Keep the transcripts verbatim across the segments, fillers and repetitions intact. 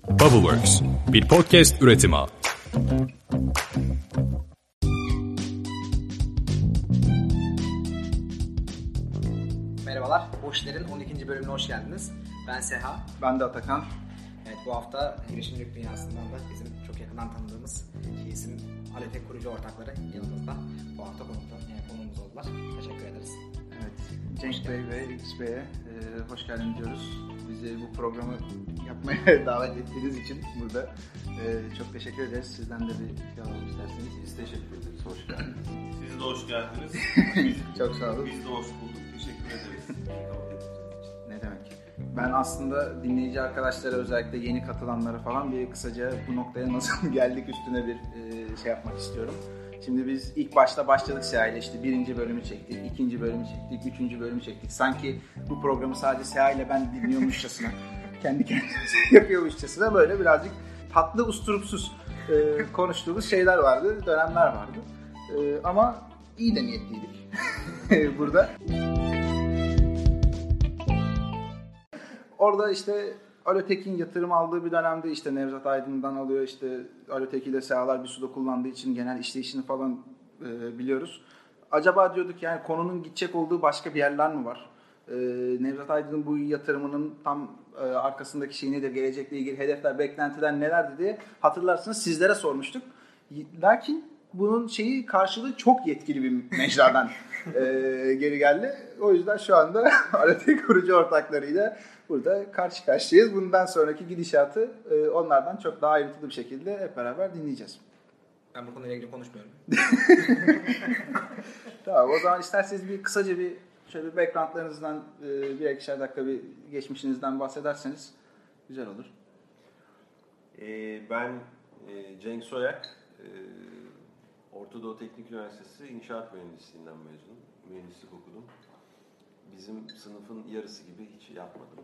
Bubbleworks, bir podcast üretimi. Merhabalar, Boşler'in on ikinci bölümüne hoş geldiniz. Ben Seha. Ben de Atakan. Evet, bu hafta girişimcilik dünyasından da bizim çok yakından tanıdığımız iki isim Alotek kurucu ortakları yanımızda. Bu hafta konukta, yani konuğumuz oldular. Teşekkür ederiz. Evet, Cenk Bey ve X Bey'e e, hoş geldin diyoruz. Bizi bu programı yapmaya davet ettiğiniz için burada e, çok teşekkür ederiz. Sizden de bir şey alalım isterseniz. Biz teşekkür ederiz, hoş geldiniz. Siz de hoş geldiniz. Çok sağ olun. Biz de hoş bulduk, teşekkür ederiz. Ne demek? Ben aslında dinleyici arkadaşlara, özellikle yeni katılanlara falan bir kısaca bu noktaya nasıl geldik üstüne bir e, şey yapmak istiyorum. Şimdi biz ilk başta başladık Seha ile, işte birinci bölümü çektik, ikinci bölümü çektik, üçüncü bölümü çektik. Sanki bu programı sadece Seha ile ben dinliyormuşçasına, kendi kendimize yapıyormuşçasına böyle birazcık tatlı, usturupsuz e, konuştuğumuz şeyler vardı, dönemler vardı. E, ama iyi de niyetliydik burada. Orada işte Alotek'in yatırım aldığı bir dönemde işte Nevzat Aydın'dan alıyor, işte Alotek'i de Sehalar bir suda kullandığı için genel işleyişini falan e, biliyoruz. Acaba diyorduk yani konunun gidecek olduğu başka bir yerler mi var? E, Nevzat Aydın'ın bu yatırımının tam e, arkasındaki şey nedir? Gelecekle ilgili hedefler, beklentiler nelerdi diye hatırlarsınız sizlere sormuştuk. Lakin bunun şeyi karşılığı çok yetkili bir mecradan e, geri geldi. O yüzden şu anda Alotek kurucu ortaklarıyla burada karşı karşıyayız. Bundan sonraki gidişatı e, onlardan çok daha ayrıntılı bir şekilde hep beraber dinleyeceğiz. Ben bu konuyla ilgili konuşmuyorum. Tamam, o zaman isterseniz bir kısaca bir şöyle bir backgroundlarınızdan e, bir ikişer dakika bir geçmişinizden bahsederseniz güzel olur. Ee, ben e, Cenk Soyak, e, Orta Doğu Teknik Üniversitesi İnşaat Mühendisliğinden mezunum. Mühendislik okudum. Bizim sınıfın yarısı gibi hiç yapmadım.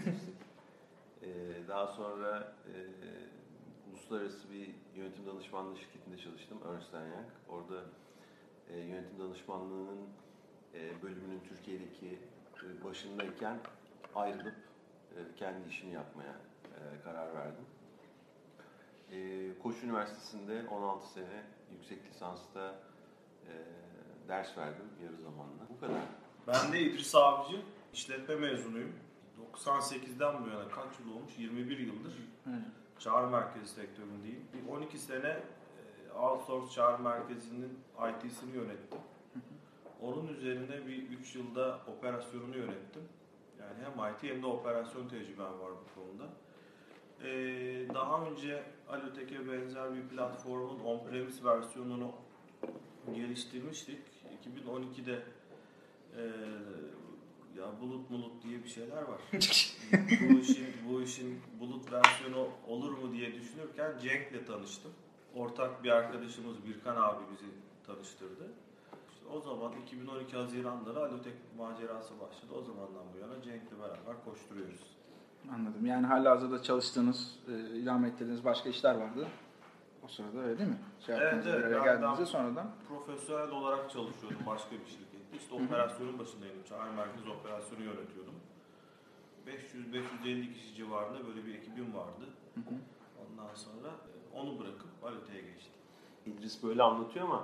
ee, daha sonra e, uluslararası bir yönetim danışmanlığı şirketinde çalıştım, Ernst and Young. Orada e, yönetim danışmanlığının e, bölümünün Türkiye'deki e, başındayken ayrılıp e, kendi işimi yapmaya e, karar verdim. E, Koç Üniversitesi'nde on altı sene yüksek lisansta e, ders verdim yarı zamanlı. Bu kadar. Ben de İdris Avcı, işletme mezunuyum. doksan sekizden bu yana kaç yıl olmuş? yirmi bir yıldır Hı. çağrı merkezi sektöründeyim. Bir on iki sene outsource çağrı merkezinin I T'sini yönettim. Hı hı. Onun üzerine bir üç yılda operasyonunu yönettim. Yani hem I T hem de operasyon tecrübem var bu konuda. Ee, daha önce Alotek'e benzer bir platformun on-premise versiyonunu geliştirmiştik. iki bin on ikide Ee, ya bulut mulut diye bir şeyler var. bu işin bu işin bulut versiyonu olur mu diye düşünürken Cenk'le tanıştım. Ortak bir arkadaşımız Birkan abi bizi tanıştırdı. İşte o zaman iki bin on iki Haziran'da Alotek macerası başladı. O zamandan bu yana Cenk'le beraber koşturuyoruz. Anladım. Yani halihazırda çalıştığınız, e, ilham ettirdiğiniz başka işler vardı. O sırada öyle değil mi? Şey evet, evet. Bir araya geldiğinizde sonradan. Profesyonel olarak çalışıyordum başka bir şirkette. İşte operasyonun başındaydım. Çağrı merkez operasyonu yönetiyordum. beş yüz beş yüz elli kişi civarında böyle bir ekibim vardı. Hı hı. Ondan sonra onu bırakıp Alotek'e geçtim. İdris böyle anlatıyor ama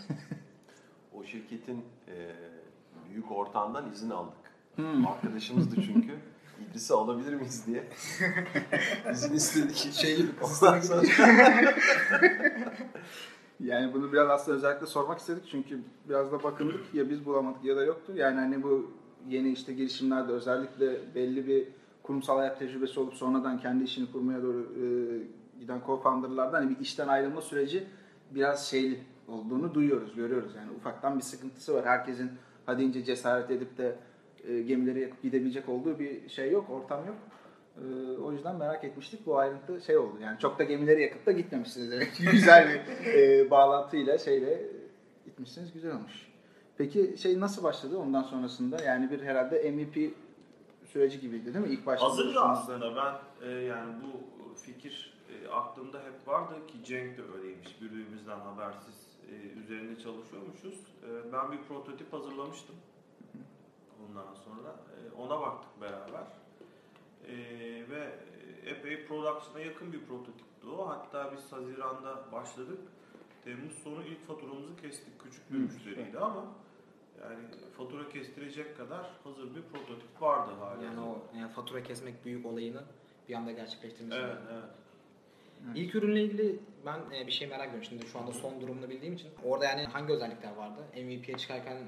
o şirketin e, büyük ortağından izin aldık. Hmm. Arkadaşımızdı çünkü. İdris'i alabilir miyiz diye. İzin istedik. Şey gibi. Ondan sonra... Yani bunu biraz aslında özellikle sormak istedik çünkü biraz da bakındık ya biz bulamadık ya da yoktu. Yani hani bu yeni işte girişimlerde özellikle belli bir kurumsal hayat tecrübesi olup sonradan kendi işini kurmaya doğru e, giden co-founder'lardan hani bir işten ayrılma süreci biraz şeyli olduğunu duyuyoruz, görüyoruz. Yani ufaktan bir sıkıntısı var. Herkesin hadi ince cesaret edip de e, gemileri yakıp gidebilecek olduğu bir şey yok, ortam yok. Ee, o yüzden merak etmiştik. Bu ayrıntı şey oldu. Yani çok da gemileri yakıp da gitmemişsiniz demek ki. Güzel bir e, bağlantıyla şeyle gitmişsiniz. Güzel olmuş. Peki şey nasıl başladı ondan sonrasında? Yani bir herhalde M V P süreci gibiydi değil mi? İlk başta. Hazırdı aslında. Ben e, yani bu fikir e, aklımda hep vardı ki Cenk de öyleymiş. Birbirimizden habersiz e, üzerinde çalışıyormuşuz. E, ben bir prototip hazırlamıştım. Ondan sonra e, ona baktık beraber. Ee, ve epey production'a yakın bir prototipti o. Hatta biz Haziran'da başladık. Temmuz sonu ilk faturamızı kestik. Küçük bir müşteriydi ama yani fatura kestirecek kadar hazır bir prototip vardı hala. Yani o yani fatura kesmek büyük olayını bir anda gerçekleştirmiş. Evet, evet. İlk ürünle ilgili ben e, bir şey merak ediyorum. Şimdi şu anda son durumunu bildiğim için. Orada yani hangi özellikler vardı? M V P'ye çıkarken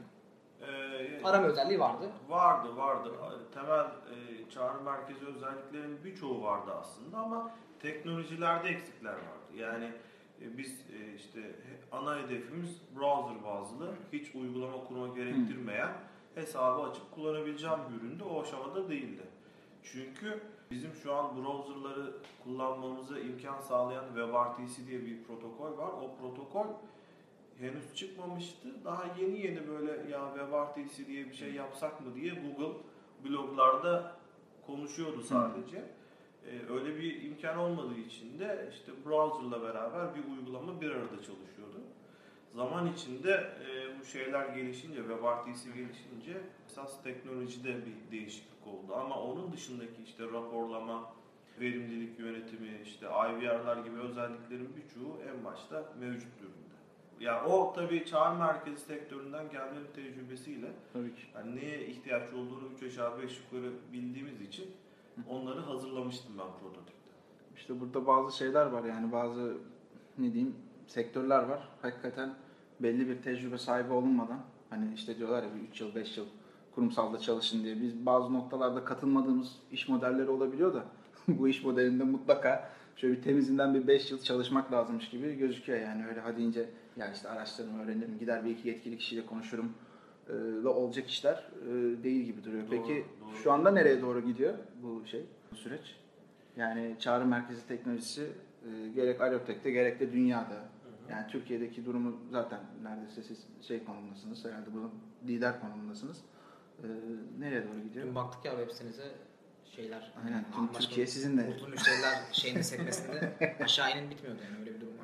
Ee, arama özelliği vardı. Vardı, vardı. Temel e, çağrı merkezi özelliklerinin birçoğu vardı aslında ama teknolojilerde eksikler vardı. Yani e, biz e, işte ana hedefimiz browser bazlı, hiç uygulama kurma gerektirmeyen, hesabı açıp kullanabileceğim bir üründü. O aşamada değildi. Çünkü bizim şu an browserları kullanmamıza imkan sağlayan WebRTC diye bir protokol var. O protokol henüz çıkmamıştı. Daha yeni yeni böyle ya WebRTC diye bir şey yapsak mı diye Google bloglarda konuşuyordu sadece. Ee, öyle bir imkan olmadığı için de işte browserla beraber bir uygulama bir arada çalışıyordu. Zaman içinde e, bu şeyler gelişince, WebRTC gelişince esas teknolojide bir değişiklik oldu. Ama onun dışındaki işte raporlama, verimlilik yönetimi, işte I V R'lar gibi özelliklerin birçoğu en başta mevcut durumda. Ya o tabii çağrı merkezi sektöründen gelmenin tecrübesiyle Tabii ki. yani neye ihtiyaç olduğunu üç aşağı beş yukarı bildiğimiz için onları hazırlamıştım ben prototipte. İşte burada bazı şeyler var yani bazı ne diyeyim sektörler var. Hakikaten belli bir tecrübe sahibi olunmadan hani işte diyorlar ya üç yıl beş yıl kurumsalda çalışın diye biz bazı noktalarda katılmadığımız iş modelleri olabiliyor da bu iş modelinde mutlaka şöyle bir temizinden bir beş yıl çalışmak lazımmış gibi gözüküyor yani öyle hadi ince ya işte araştırma öğrenirim gider bir iki yetkili kişiyle konuşurum da olacak işler değil gibi duruyor. Doğru, Peki doğru. şu anda nereye doğru gidiyor bu şey bu süreç? Yani çağrı merkezi teknolojisi e, gerek Aloptek'te gerek de dünyada. Hı hı. Yani Türkiye'deki durumu zaten neredeyse siz şey konumundasınız. Herhalde bunun lider konumundasınız. E, nereye doğru gidiyor? Dün baktık ya web sitenize şeyler. Aynen. Tüm anlaşmalı- Türkiye sizinle. Mutlu müşteriler şeyinin sekmesinde aşağı inin bitmiyordu yani öyle bir durum var.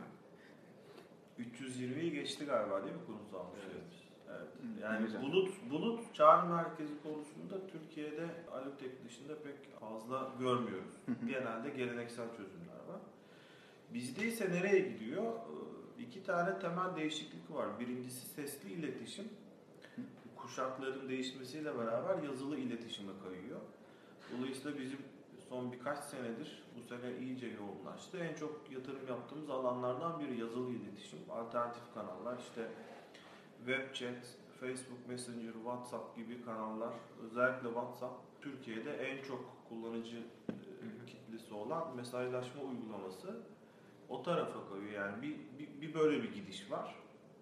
üç yüz yirmiyi geçti galiba değil mi kurumsal müşterimiz? Evet. Hı, Yani güzel. bulut bulut çağrı merkezi konusunda Türkiye'de Aloptek dışında pek fazla görmüyoruz. Genelde geleneksel çözümler var. Bizde ise nereye gidiyor? Ee, İki tane temel değişiklik var. Birincisi sesli iletişim. Kuşakların değişmesiyle beraber yazılı iletişime kayıyor. Dolayısıyla bizim son birkaç senedir bu sene iyice yoğunlaştı. En çok yatırım yaptığımız alanlardan biri yazılı iletişim. Alternatif kanallar işte web chat, Facebook Messenger, WhatsApp gibi kanallar. Özellikle WhatsApp Türkiye'de en çok kullanıcı e, kitlesi olan mesajlaşma uygulaması. O tarafa kayıyor yani bir, bir, bir böyle bir gidiş var.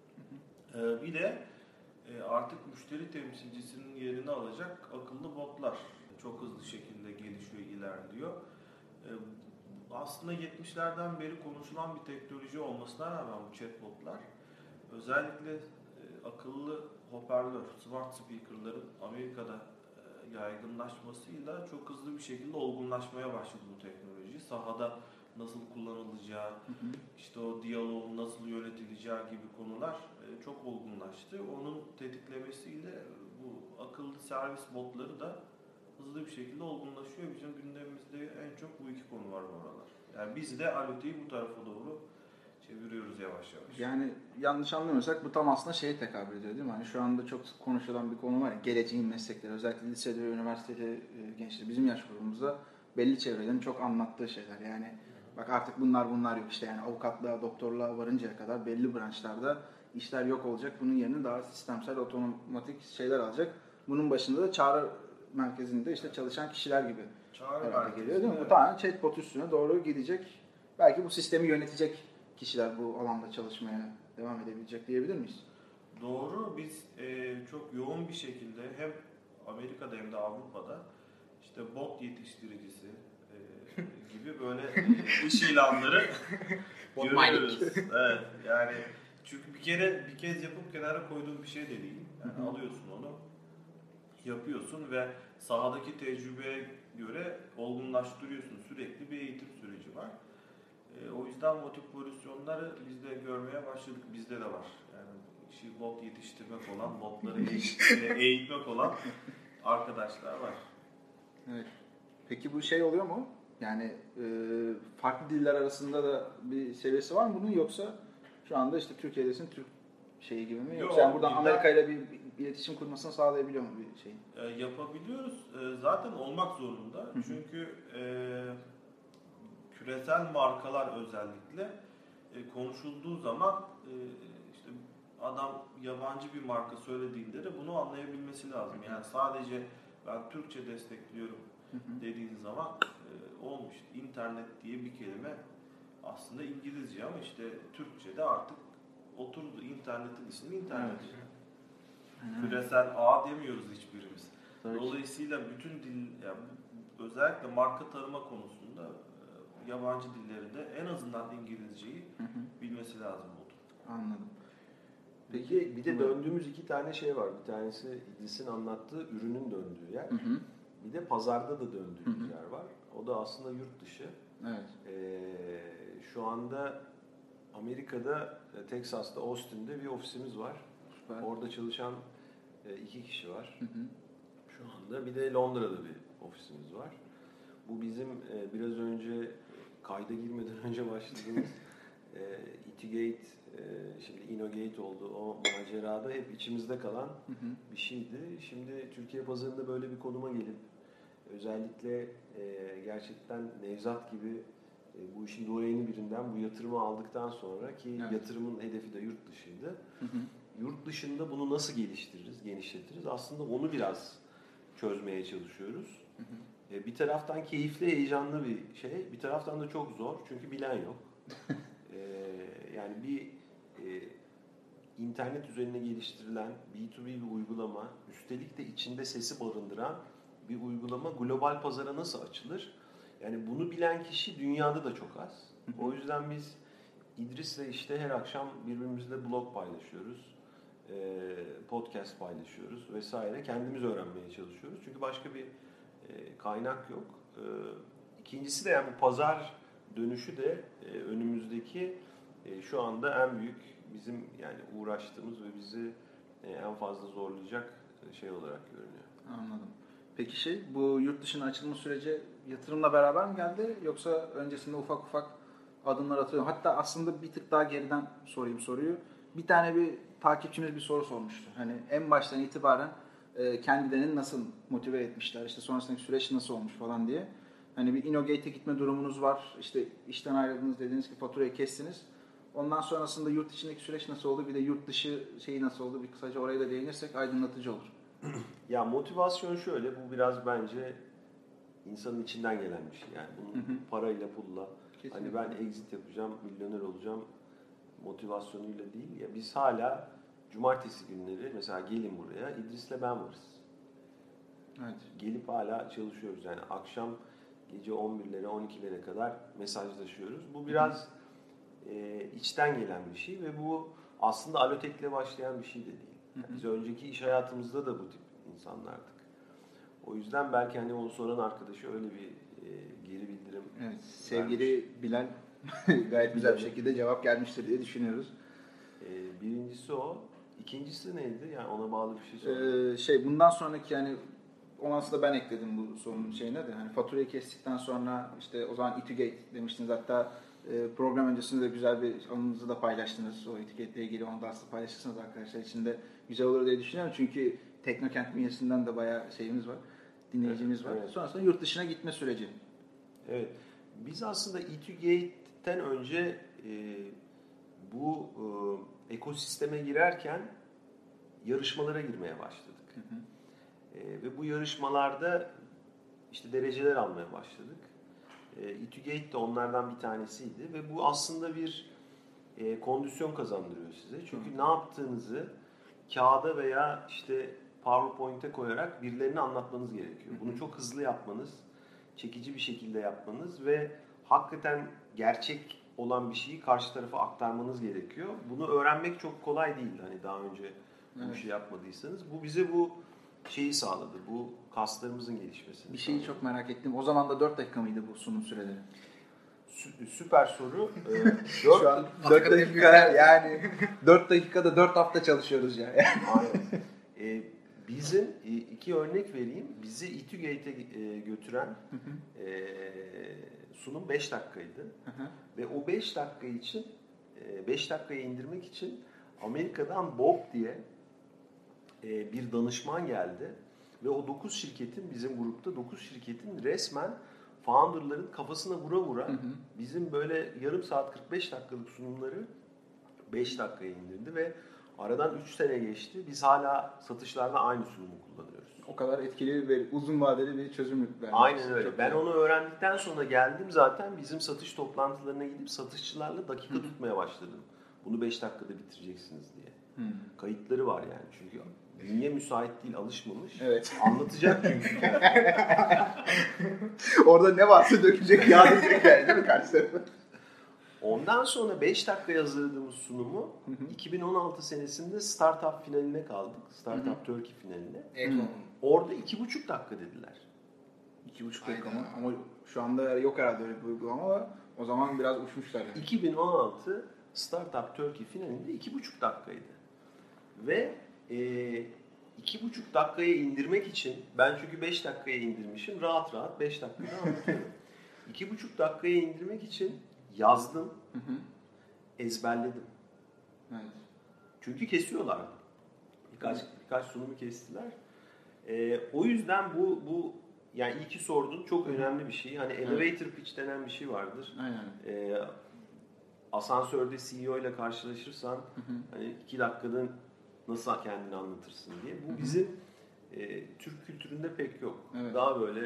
Ee, bir de e, artık müşteri temsilcisinin yerini alacak akıllı botlar çok hızlı şekilde gelişiyor, ilerliyor. Ee, aslında yetmişlerden beri konuşulan bir teknoloji olmasına rağmen bu chatbotlar özellikle e, akıllı hoparlör, smart speakerların Amerika'da e, yaygınlaşmasıyla çok hızlı bir şekilde olgunlaşmaya başladı bu teknoloji. Sahada nasıl kullanılacağı, hı hı. işte o diyaloğun nasıl yönetileceği gibi konular e, çok olgunlaştı. Onun tetiklemesiyle bu akıllı servis botları da hızlı bir şekilde olgunlaşıyor. Bizim gündemimizde en çok bu iki konu var bu aralar. Yani biz de Aloptek'i bu tarafa doğru çeviriyoruz yavaş yavaş. Yani yanlış anlamıyorsak bu tam aslında şeye tekabül ediyor değil mi? Hani şu anda çok konuşulan bir konu var ya, geleceğin meslekleri. Özellikle lisede ve üniversitede gençler bizim yaş grubumuzda belli çevrelerin çok anlattığı şeyler. Yani bak artık bunlar bunlar yok işte yani avukatlığa, doktorluğa varıncaya kadar belli branşlarda işler yok olacak. Bunun yerine daha sistemsel, otomatik şeyler alacak. Bunun başında da çağrı merkezinde işte çalışan kişiler gibi herhalde geliyor değil mi? Evet. Bu tamamen chatbot üstüne doğru gidecek. Belki bu sistemi yönetecek kişiler bu alanda çalışmaya devam edebilecek diyebilir miyiz? Doğru. Biz e, çok yoğun bir şekilde hem Amerika'da hem de Avrupa'da işte bot yetiştiricisi e, gibi böyle e, iş ilanları görüyoruz. Evet. Yani çünkü bir kere bir kez yapıp kenara koyduğun bir şey de değil. Yani Hı-hı. alıyorsun onu, yapıyorsun ve sahadaki tecrübeye göre olgunlaştırıyorsun. Sürekli bir eğitim süreci var. E, o yüzden bu tip pozisyonları biz de görmeye başladık. Bizde de var. Yani işi bot yetiştirmek olan, botları eğitmek olan arkadaşlar var. Evet. Peki bu şey oluyor mu? Yani e, farklı diller arasında da bir seviyesi var mı bunun, yoksa şu anda işte Türkiye'desin Türk şeyi gibi mi? Yok, Yoksa yani buradan diller- Amerika ile bir, bir iletişim kurmasını sağlayabiliyor mu bir şey? E, yapabiliyoruz. E, zaten olmak zorunda. Çünkü e, küresel markalar özellikle e, konuşulduğu zaman e, işte adam yabancı bir marka söylediğinde de bunu anlayabilmesi lazım. Yani sadece ben Türkçe destekliyorum dediğin zaman e, olmuş. İnternet diye bir kelime aslında İngilizce ama işte Türkçe'de artık oturdu. İnternetin ismi internet. Evet. Küresel ağ demiyoruz hiçbirimiz. Tabii ki. Dolayısıyla bütün dil, yani özellikle marka tanıma konusunda e, yabancı dilleri de en azından İngilizceyi Hı hı. bilmesi lazım oldu. Anladım. Peki bir de döndüğümüz iki tane şey var. Bir tanesi İdris'in anlattığı ürünün döndüğü yer. Hı hı. Bir de pazarda da döndüğümüz Hı hı. yer var. O da aslında yurt dışı. Evet. Ee, şu anda Amerika'da, Texas'ta, Austin'de bir ofisimiz var. Süper. Orada çalışan e, iki kişi var. Hı hı. Şu anda bir de Londra'da bir ofisimiz var. Bu bizim e, biraz önce kayda girmeden önce başladığımız e, Itygate, e, şimdi Innogate oldu. O macerada hep içimizde kalan Hı hı. bir şeydi. Şimdi Türkiye pazarında böyle bir konuma gelip özellikle e, gerçekten Nevzat gibi e, bu işin doğayını birinden bu yatırımı aldıktan sonra ki Evet. yatırımın hedefi de yurt dışıydı. Hı hı. Yurt dışında bunu nasıl geliştiririz, genişletiriz? Aslında onu biraz çözmeye çalışıyoruz. Hı hı. E, bir taraftan keyifli, heyecanlı bir şey, bir taraftan da çok zor çünkü bilen yok. e, yani bir e, internet üzerine geliştirilen B iki B bir uygulama, üstelik de içinde sesi barındıran bir uygulama global pazara nasıl açılır? Yani bunu bilen kişi dünyada da çok az. O yüzden biz İdris'le işte her akşam birbirimizle blog paylaşıyoruz, podcast paylaşıyoruz vesaire. Kendimiz öğrenmeye çalışıyoruz. Çünkü başka bir kaynak yok. İkincisi de yani bu pazar dönüşü de önümüzdeki şu anda en büyük bizim yani uğraştığımız ve bizi en fazla zorlayacak şey olarak görünüyor. Anladım. Peki şey, bu yurt dışına açılma süreci yatırımla beraber mi geldi, yoksa öncesinde ufak ufak adımlar atıyor? Hatta aslında bir tık daha geriden sorayım soruyu. Bir tane bir takipçimiz bir soru sormuştu. Hani en baştan itibaren e, kendilerini nasıl motive etmişler, işte sonrasındaki süreç nasıl olmuş falan diye. Hani bir Innogate'e gitme durumunuz var. İşte işten ayrıldınız, dediniz ki faturayı kestiniz. Ondan sonrasında yurt içindeki süreç nasıl oldu? Bir de yurt dışı şeyi nasıl oldu? Bir kısaca oraya da değinirsek aydınlatıcı olur. Ya motivasyon şöyle, bu biraz bence insanın içinden gelen bir şey. Yani bunun Hı hı. parayla, pulla, Kesinlikle. hani ben exit yapacağım, milyoner olacağım motivasyonuyla değil. Ya biz hala cumartesi günleri mesela gelin buraya, İdris'le ben varız. Evet. Gelip hala çalışıyoruz. Yani akşam gece on birlere, on ikilere kadar mesajlaşıyoruz. Bu biraz e, içten gelen bir şey ve bu aslında Alotek'le başlayan bir şey de değil. Yani biz önceki iş hayatımızda da bu tip insanlardık. O yüzden belki hani onu soran arkadaşı öyle bir e, geri bildirim. Evet, sevgili Bilal gayet güzel bir şekilde cevap gelmiştir diye düşünüyoruz. E, birincisi o. İkincisi neydi? Yani ona bağlı bir şey sorayım. Ee, şey bundan sonraki yani onu aslında ben ekledim bu sorunun şeyine de. Hani faturayı kestikten sonra işte o zaman Itygate demiştiniz. Hatta e, program öncesinde de güzel bir anınızı da paylaştınız. O Itygate ile ilgili onu da aslında paylaşırsanız arkadaşlar için de güzel olur diye düşünüyorum. Çünkü Teknokent bünyesinden de bayağı şeyimiz var. Dinleyicimiz var. Evet. Sonrasında yurt dışına gitme süreci. Evet. Biz aslında Itugate'den önce e, bu e, ekosisteme girerken yarışmalara girmeye başladık. Hı hı. E, ve bu yarışmalarda işte dereceler almaya başladık. E, Itygate de onlardan bir tanesiydi ve bu aslında bir e, kondisyon kazandırıyor size. Çünkü Hı. ne yaptığınızı kağıda veya işte PowerPoint'e koyarak birilerine anlatmanız gerekiyor. Bunu çok hızlı yapmanız, çekici bir şekilde yapmanız ve hakikaten gerçek olan bir şeyi karşı tarafa aktarmanız gerekiyor. Bunu öğrenmek çok kolay değil. Hani daha önce bu Evet. işi yapmadıysanız. Bu bize bu şeyi sağladı. Bu kaslarımızın gelişmesini Bir şeyi sağladı. çok merak ettim. O zaman da dört dakika mıydı bu sunum süreleri? Sü- süper soru. Ee, Şu an dört dakika yani dört dakikada dört hafta çalışıyoruz yani. Aynen. Ee, Bizim iki örnek vereyim. Bizi E-to-Gate'e götüren e, sunum beş dakikaydı. Hı hı. Ve o beş dakika için beş dakikaya indirmek için Amerika'dan Bob diye bir danışman geldi. Ve o dokuz şirketin, bizim grupta dokuz şirketin resmen founder'ların kafasına vura vura hı hı. bizim böyle yarım saat kırk beş dakikalık sunumları beş dakikaya indirdi ve aradan üç sene geçti. Biz hala satışlarda aynı sunumu kullanıyoruz. O kadar etkili ve uzun vadeli bir çözüm vermiş. Aynen öyle. Çok ben güzel. Onu öğrendikten sonra geldim zaten bizim satış toplantılarına gidip satışçılarla dakika Hı. tutmaya başladım. Bunu beş dakikada bitireceksiniz diye. Hı. Kayıtları var yani çünkü bünye müsait değil, alışmamış. Evet. Anlatacak çünkü. Orada ne varsa dökecek, yağ dökecek yani değil mi karşı tarafa? Ondan sonra beş dakika hazırladığımız sunumu hı hı. iki bin on altı senesinde Startup finaline kaldık. Startup hı hı. Turkey finaline. Evet. Orada iki buçuk dakika dediler. İki buçuk dakika mı? Ama şu anda yok herhalde öyle bir uygulama var. O zaman biraz uçmuşlar. Yani. iki bin on altı Startup Turkey finalinde iki buçuk dakikaydı. Ve e, iki buçuk dakikaya indirmek için, ben çünkü beş dakikaya indirmişim, rahat rahat beş dakikada anlatıyorum. iki buçuk dakikaya indirmek için yazdım, hı hı. ezberledim. Evet. Çünkü kesiyorlardı. Birkaç evet. birkaç sunumu kestiler. Ee, o yüzden bu bu yani iyi ki sordun, çok önemli bir şey. Hani elevator evet. pitch denen bir şey vardır. Aynen. Ee, asansörde C E O ile karşılaşırsan, hı hı. hani iki dakikada nasıl kendini anlatırsın diye. Bu hı hı. bizim e, Türk kültüründe pek yok. Evet. Daha böyle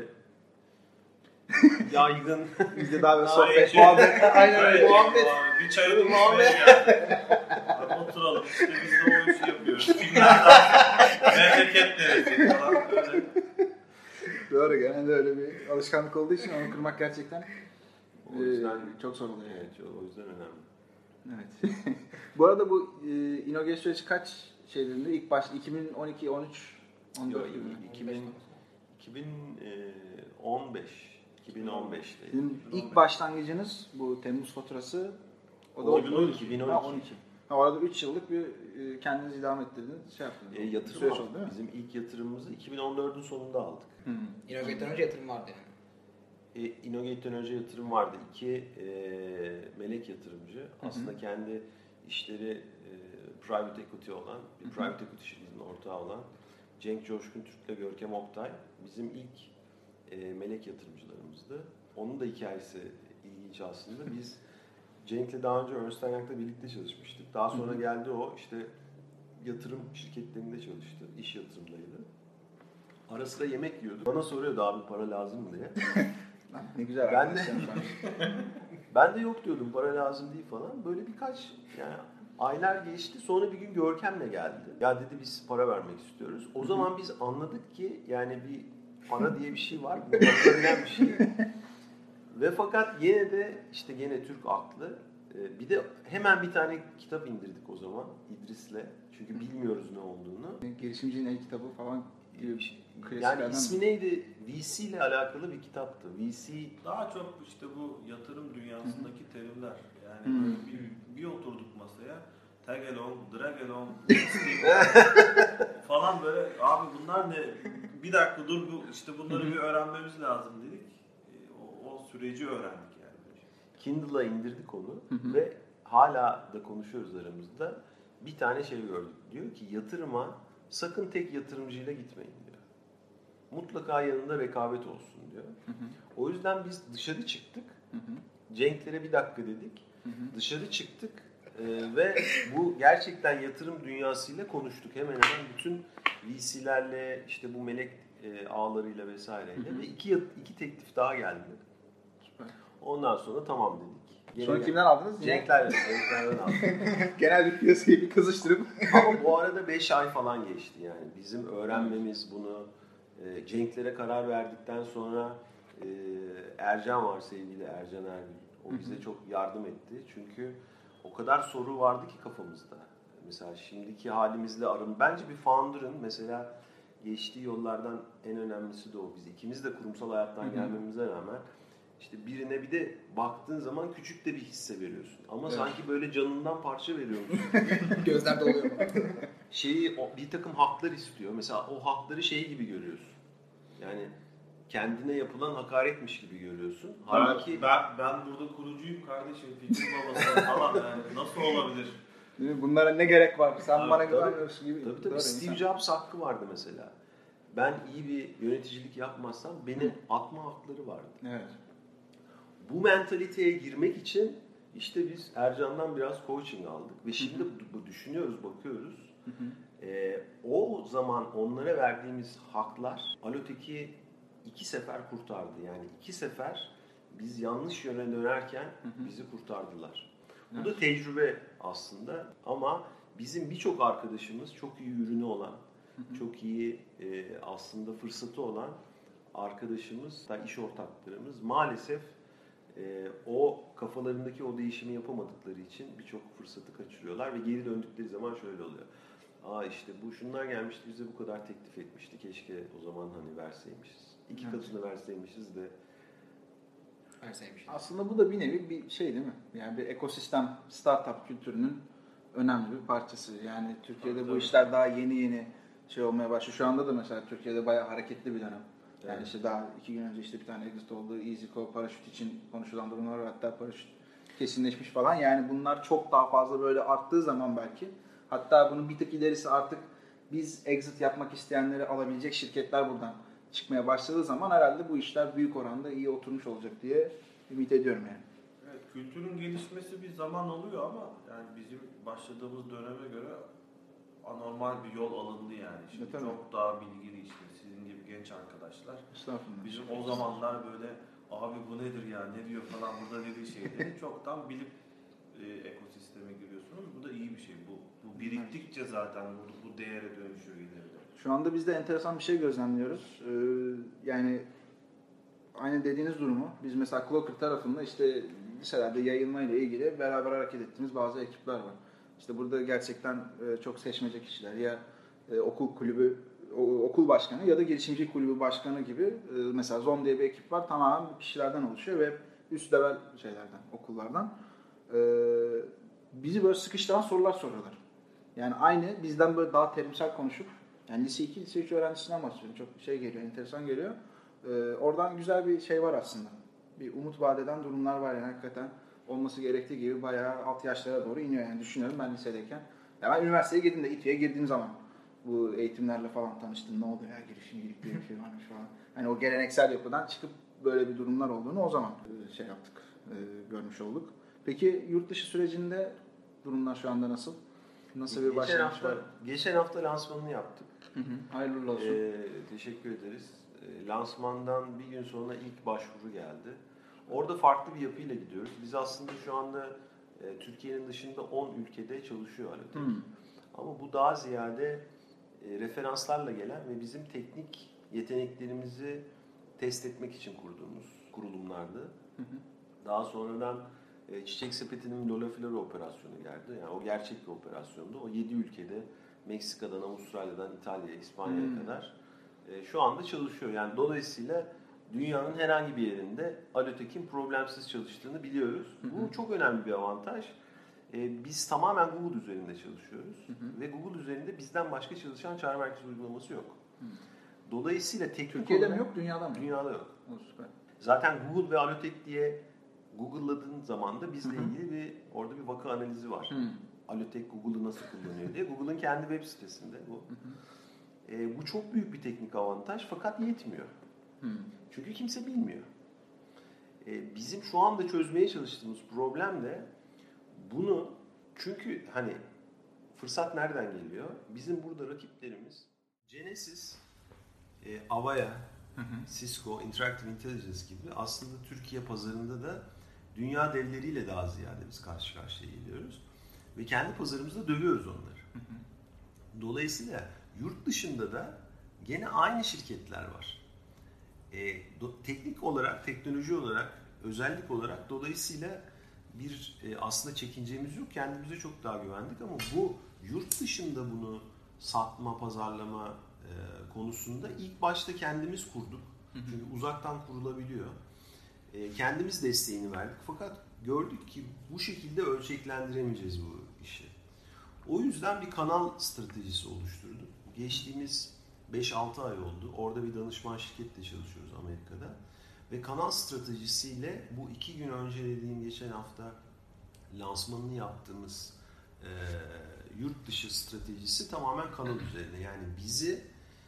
yaygın. Bizde daha böyle sohbet, muhabbet. Aynen öyle. Muhabbet. Bir çayını içmeye geldik. Oturalım. İşte biz de o işi yapıyoruz. Filmlerden memleket neresi falan öyle. Doğru. Genelde öyle bir alışkanlık olduğu için onu kırmak gerçekten o yüzden e, çok zor oluyor. Evet, o yüzden önemli. Evet. Bu arada bu e, İnoge süreci kaç şeylerinde? İlk başta iki bin on iki on üç on dört gibi. iki bin on beş iki bin on beşte. Sizin ilk başlangıcınız bu Temmuz faturası o da iki bin on iki. iki bin on iki. Ha, on iki. Ha, orada üç yıllık bir e, kendiniz idame ettirdiniz, şey yaptınız. E, yatırım oldu, değil mi? Bizim ilk yatırımımızı iki bin on dördün sonunda aldık. Hmm. Inogate'den önce yatırım vardı yani. E, Inogate'den önce yatırım vardı. İki e, melek yatırımcı. Hı-hı. Aslında kendi işleri e, private equity olan, bir Hı-hı. private equity şirketinin ortağı olan Cenk Coşkun Türk'le Görkem Oktay bizim ilk e, melek yatırımcılarımızdı. Onun da hikayesi ilginç aslında. Biz Cenk'le daha önce Ernst and Young'la birlikte çalışmıştık. Daha sonra Hı-hı. geldi o işte yatırım şirketlerinde çalıştı. İş yatırımlarıydı. Ara sıra yemek yiyorduk. Bana soruyordu abi para lazım mı diye. Ne güzel. Ben de ben de yok diyordum para lazım değil falan. Böyle birkaç yani aylar geçti. Sonra bir gün Görkem'le geldi. Ya dedi biz para vermek istiyoruz. O zaman biz anladık ki yani bir para diye bir şey var. Bu yapılabilen bir şey. Ve fakat yine de işte gene Türk aklı. Bir de hemen bir tane kitap indirdik o zaman İdris'le. Çünkü bilmiyoruz ne olduğunu. Girişimcinin el kitabı falan gibi bir şey. Yani ismi neydi? V C ile alakalı bir kitaptı. V C daha çok işte bu yatırım dünyasındaki Hı-hı. terimler. Yani böyle bir, bir oturduk masaya. Tag along, drag along, falan böyle abi bunlar ne? Bir dakika dur bu işte bunları Hı-hı. bir öğrenmemiz lazım dedik. O, o süreci öğrendik yani. Kindle'a indirdik onu Hı-hı. ve hala da konuşuyoruz aramızda. Bir tane şey gördük. Diyor ki yatırıma sakın tek yatırımcıyla gitmeyin diyor. Mutlaka yanında rekabet olsun diyor. Hı hı. O yüzden biz dışarı çıktık. Hı hı. Cenk'lere bir dakika dedik. Hı hı. Dışarı çıktık e, ve bu gerçekten yatırım dünyasıyla konuştuk. Hemen hemen bütün V C'lerle işte bu melek e, ağlarıyla vesaireyle hı hı. ve iki, iki teklif daha geldi. Süper. Ondan sonra tamam dedik. Sonra kimden aldınız? Cenk'lerle. Cenk'lerden aldım. Genel bir piyasayı bir kızıştırıp. Ama bu arada beş ay falan geçti yani. Bizim öğrenmemiz bunu. E, Cenk'lere karar verdikten sonra e, Ercan var sevgili Ercan Ergül. O bize çok yardım etti. Çünkü o kadar soru vardı ki kafamızda. Mesela şimdiki halimizle arın. Bence bir founder'ın mesela geçtiği yollardan en önemlisi de o. Biz ikimiz de kurumsal hayattan gelmemize rağmen İşte birine bir de baktığın zaman küçük de bir hisse veriyorsun. Ama Evet. sanki böyle canından parça veriyormuş. Gözler doluyor. Şeyi bir takım haklar istiyor. Mesela o hakları şey gibi görüyorsun. Yani kendine yapılan hakaretmiş gibi görüyorsun. Halbuki ben, ben, ben burada kurucuyum kardeşim, fikir babası falan yani nasıl olabilir? Değil mi? Bunlara ne gerek var? Sen Tabii, bana tabii. güvenmiyorsun gibi. Tabii tabii Doğru, Steve insan. Jobs hakkı vardı mesela. Ben iyi bir yöneticilik yapmazsam beni atma hakları vardı. Evet. Bu mentaliteye girmek için işte biz Ercan'dan biraz coaching aldık ve şimdi bu düşünüyoruz, bakıyoruz. Ee, o zaman onlara verdiğimiz haklar Alotek'i iki sefer kurtardı. Yani iki sefer biz yanlış yöne dönerken bizi kurtardılar. Bu da tecrübe aslında ama bizim birçok arkadaşımız çok iyi ürünü olan, çok iyi e, aslında fırsatı olan arkadaşımız da iş ortaklarımız maalesef e, o kafalarındaki o değişimi yapamadıkları için birçok fırsatı kaçırıyorlar ve geri döndükleri zaman şöyle oluyor. Aa işte bu şunlar gelmişti bize bu kadar teklif etmişti keşke o zaman hani verseymişiz. İki Evet. katını verseymişiz de. Verseymiş. Aslında bu da bir nevi bir şey değil mi? Yani bir ekosistem, startup kültürünün önemli bir parçası. Yani Türkiye'de Tabii, bu tabii. işler daha yeni yeni şey olmaya başlıyor. Şu anda da mesela Türkiye'de bayağı hareketli bir dönem. Yani Evet. işte daha iki gün önce işte bir tane exit oldu. EasyCo paraşüt için konuşulan durumlar var. Hatta paraşüt kesinleşmiş falan. Yani bunlar çok daha fazla böyle arttığı zaman belki. Hatta bunun bir tık ilerisi artık biz exit yapmak isteyenleri alabilecek şirketler buradan çıkmaya başladığı zaman herhalde bu işler büyük oranda iyi oturmuş olacak diye ümit ediyorum yani. Evet, kültürün gelişmesi bir zaman alıyor ama yani bizim başladığımız döneme göre anormal bir yol alındı yani. Şimdi E, tabii. çok daha bilgili işte sizin gibi genç arkadaşlar. Estağfurullah. Bizim o zamanlar böyle abi bu nedir ya ne diyor falan burada dediği şeyleri çoktan bilip e, ekosisteme giriyorsunuz. Bu da iyi bir şey. Bu, bu biriktikçe zaten bu, bu değere dönüşüyor ileride. Şu anda biz de enteresan bir şey gözlemliyoruz. Ee, yani aynı dediğiniz durumu biz mesela Clocker tarafında işte liselerde yayılma ile ilgili beraber hareket ettiğimiz bazı ekipler var. İşte burada gerçekten e, çok seçmece kişiler ya e, okul kulübü o- okul başkanı ya da girişimci kulübü başkanı gibi e, mesela Zon diye bir ekip var tamamen bu kişilerden oluşuyor ve üst level şeylerden okullardan e, bizi böyle sıkıştıran sorular soruyorlar. Yani aynı bizden böyle daha terimsel konuşup yani lise iki, lise üç öğrencisinden bahsediyorum. Çok şey geliyor, enteresan geliyor. Ee, oradan güzel bir şey var aslında. Bir umut vaat eden durumlar var yani hakikaten olması gerektiği gibi bayağı alt yaşlara doğru iniyor yani düşünüyorum ben lisedeyken. Ya ben üniversiteye girdiğimde, İTÜ'ye girdiğim zaman bu eğitimlerle falan tanıştım. Ne oluyor ya girişimcilik diye bir şey varmış falan. Hani o geleneksel yapıdan çıkıp böyle bir durumlar olduğunu o zaman e, şey yaptık, e, görmüş olduk. Peki yurt dışı sürecinde durumlar şu anda nasıl? Nasıl bir Geçen başlangıç hafta, var? geçen hafta lansmanını yaptık. Hı hı. Hayırlı olsun. Ee, teşekkür ederiz. Ee, lansmandan bir gün sonra ilk başvuru geldi. Orada farklı bir yapıyla gidiyoruz. Biz aslında şu anda e, Türkiye'nin dışında on ülkede çalışıyor Alotek. Hmm. Ama bu daha ziyade e, referanslarla gelen ve bizim teknik yeteneklerimizi test etmek için kurduğumuz kurulumlardı. Hı hı. Daha sonradan e, Çiçek Sepeti'nin Lola Flora operasyonu geldi. Yani o gerçek bir operasyondu. O yedi ülkede Meksika'dan, Avustralya'dan, İtalya'ya, İspanya'ya Hmm. kadar e, şu anda çalışıyor. Yani dolayısıyla dünyanın herhangi bir yerinde Alotek'in problemsiz çalıştığını biliyoruz. Hı hı. Bu çok önemli bir avantaj. E, biz tamamen Google üzerinde çalışıyoruz. Hı hı. Ve Google üzerinde bizden başka çalışan çağrı merkezi uygulaması yok. Hı. Dolayısıyla teknik Türkiye'de olarak- mi yok, dünyada mı? Dünyada yok. O, süper. Zaten Google ve Alotek diye Google'ladığın zaman da bizle Hı hı. ilgili bir orada bir vaka analizi var. Hı. Alotek Google'ı nasıl kullanıyor diye. Google'ın kendi web sitesinde bu. E, bu çok büyük bir teknik avantaj fakat yetmiyor. Hı. Çünkü kimse bilmiyor. E, bizim şu anda çözmeye çalıştığımız problem de bunu çünkü hani fırsat nereden geliyor? Bizim burada rakiplerimiz Genesys, e, Avaya, Hı hı. Cisco, Interactive Intelligence gibi aslında Türkiye pazarında da dünya devleriyle daha ziyade biz karşı karşıya geliyoruz. Ve kendi pazarımızda dövüyoruz onları. Hı hı. Dolayısıyla yurt dışında da gene aynı şirketler var. E, do, teknik olarak, teknoloji olarak, özellik olarak dolayısıyla bir e, aslında çekincemiz yok. Kendimize çok daha güvendik ama bu yurt dışında bunu satma, pazarlama e, konusunda ilk başta kendimiz kurduk. Çünkü uzaktan kurulabiliyor. E, kendimiz desteğini verdik. Fakat gördük ki bu şekilde ölçeklendiremeyeceğiz bu işi. O yüzden bir kanal stratejisi oluşturduk. Geçtiğimiz beş altı ay oldu. Orada bir danışman şirketle çalışıyoruz Amerika'da. Ve kanal stratejisiyle bu iki gün önce dediğim geçen hafta lansmanını yaptığımız e, yurt dışı stratejisi tamamen kanal üzerine. Yani bizi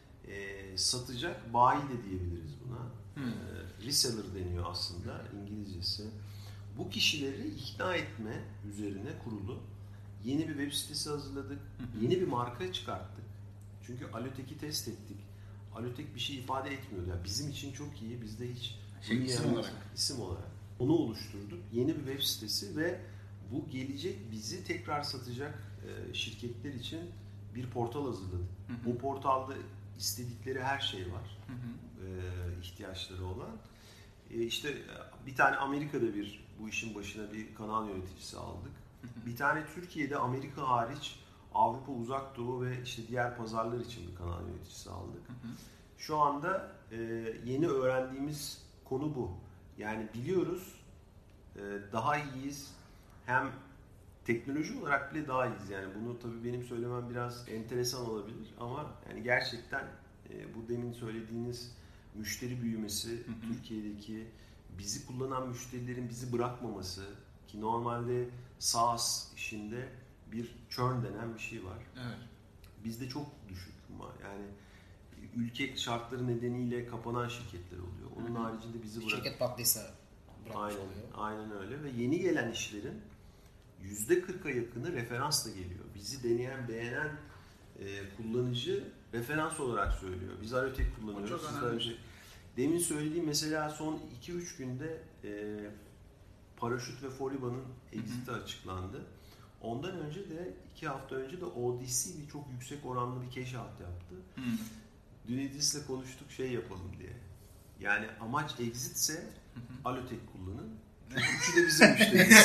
e, satacak bayi de diyebiliriz buna. Hmm. E, reseller deniyor aslında İngilizcesi. Bu kişileri ikna etme üzerine kurulu yeni bir web sitesi hazırladık. Yeni bir marka çıkarttık. Çünkü Allotek'i test ettik. Allotek bir şey ifade etmiyordu. Yani bizim için çok iyi. Bizde hiç şey, isim olarak. isim olarak. Onu oluşturduk. Yeni bir web sitesi ve bu gelecek bizi tekrar satacak e, şirketler için bir portal hazırladık. Hı hı. Bu portalda istedikleri her şey var. Hı hı. E, ihtiyaçları olan. E, işte bir tane Amerika'da bir bu işin başına bir kanal yöneticisi aldık. Hı hı. Bir tane Türkiye'de Amerika hariç Avrupa, Uzak Doğu ve işte diğer pazarlar için bir kanal yöneticisi aldık. Hı hı. Şu anda e, yeni öğrendiğimiz konu bu. Yani biliyoruz e, daha iyiyiz. Hem teknoloji olarak bile daha iyiyiz. Yani bunu tabii benim söylemem biraz enteresan olabilir ama yani gerçekten e, bu demin söylediğiniz müşteri büyümesi, hı hı. Türkiye'deki bizi kullanan müşterilerin bizi bırakmaması ki normalde SaaS işinde bir churn denen bir şey var. Evet. Bizde çok düşük ama yani ülke şartları nedeniyle kapanan şirketler oluyor. Onun Hı-hı. haricinde bizi bırak. Şirket patlıysa bırakmış aynen, oluyor. Aynen öyle ve yeni gelen işlerin yüzde kırka yakını referansla geliyor. Bizi deneyen, beğenen e, kullanıcı referans olarak söylüyor. Biz Allotek kullanıyoruz. Siz Allotek. Demin söylediğim mesela son iki üç günde e, Paraşüt ve Foliba'nın exit'i açıklandı. Ondan önce de iki hafta önce de O D C bir çok yüksek oranlı bir cash out yaptı. Hmm. Dün Edis'le konuştuk şey yapalım diye. Yani amaç exitse Allotek kullanın. Çünkü üçü de bizim müşterimiz.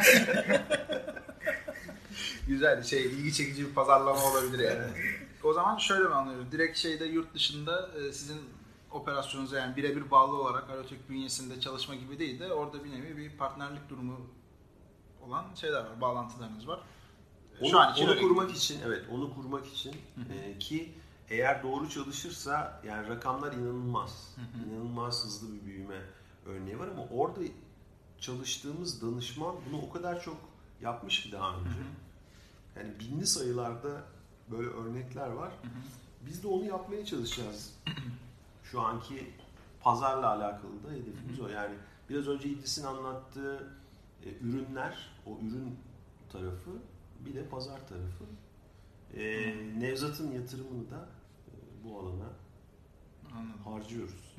Güzel, şey ilgi çekici bir pazarlama olabilir yani. Evet. O zaman şöyle mi anlıyoruz? Direkt şeyde yurt dışında sizin operasyonunuza yani birebir bağlı olarak Allotek bünyesinde çalışma gibi değil de orada bir nevi bir partnerlik durumu olan şeyler var, bağlantılarınız var. Onu, Şu an için onu kurmak gibi. için, evet, onu kurmak için e, ki eğer doğru çalışırsa yani rakamlar inanılmaz, hı hı. inanılmaz hızlı bir büyüme örneği var ama orada çalıştığımız danışman bunu o kadar çok yapmış ki daha önce. Hı hı. Yani binli sayılarda böyle örnekler var. Hı hı. Biz de onu yapmaya çalışacağız. Şu anki pazarla alakalı da hedefimiz hı hı. o. Yani biraz önce İdris'in anlattığı e, ürünler, o ürün tarafı, bir de pazar tarafı. E, Nevzat'ın yatırımını da e, bu alana Anladım. harcıyoruz.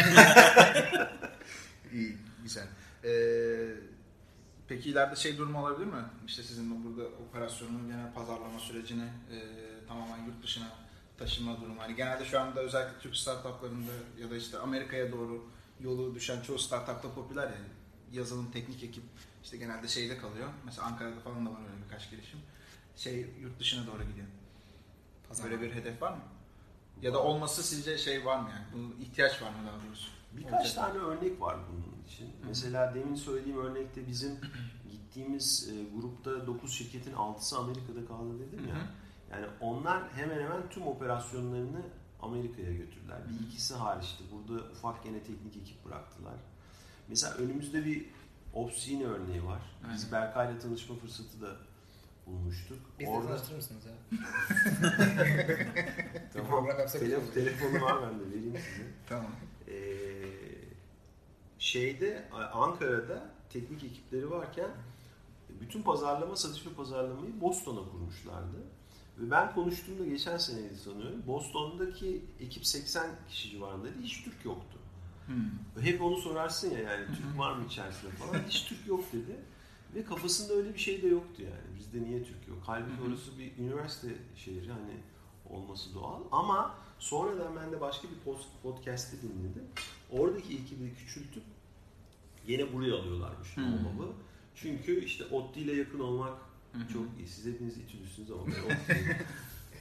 İyi, güzel. Ee, peki ileride şey durumu olabilir mi? İşte sizin burada operasyonun genel pazarlama sürecini e, tamamen yurt dışına taşıma durumu. Hani genelde şu anda özellikle Türk startuplarında ya da işte Amerika'ya doğru yolu düşen çoğu startupta popüler yani. Yazılım teknik ekip işte genelde şeyde kalıyor. Mesela Ankara'da falan da var öyle birkaç girişim. Şey yurt dışına doğru gidiyor. Pazar Böyle bir hedef var mı? Ya da olması sizce şey var mı yani? Bunun ihtiyaç var mı daha doğrusu? Birkaç Olacak. tane örnek var bunun için. Hı. Mesela demin söylediğim örnekte bizim gittiğimiz e, grupta dokuz şirketin altısı Amerika'da kaldı dedim ya. Hı. Yani onlar hemen hemen tüm operasyonlarını Amerika'ya götürdüler. Bir ikisi hariçti. Burada ufak gene teknik ekip bıraktılar. Mesela önümüzde bir Opsgene örneği var. Biz Aynen. Berkay'la tanışma fırsatı da bulmuştuk. Biz Orada... de tanıştırır mısınız ya? Tamam. Program yapsak Telef- Telefonu var bende, vereyim size. Tamam. Ee, şeyde Ankara'da teknik ekipleri varken bütün pazarlama, satış ve pazarlamayı Boston'a kurmuşlardı. Ve ben konuştuğumda geçen seneydi sanıyorum. Boston'daki ekip seksen kişi civarındaydı. Hiç Türk yoktu. Hmm. Hep onu sorarsın ya yani Türk var mı içerisinde falan. Hiç Türk yok dedi. Ve kafasında öyle bir şey de yoktu yani. Bizde niye Türk yok? Halbuki orası bir üniversite şehri hani olması doğal. Ama sonradan ben de başka bir podcast'te dinledim. Oradaki ekibi küçültüp yine buraya alıyorlarmış Novab'ı. Hmm. Çünkü işte ODTÜ ile yakın olmak Hı-hı. çok iyi. Siz hepiniz İTÜ'lüsünüz ama ben ODTÜ'yüm.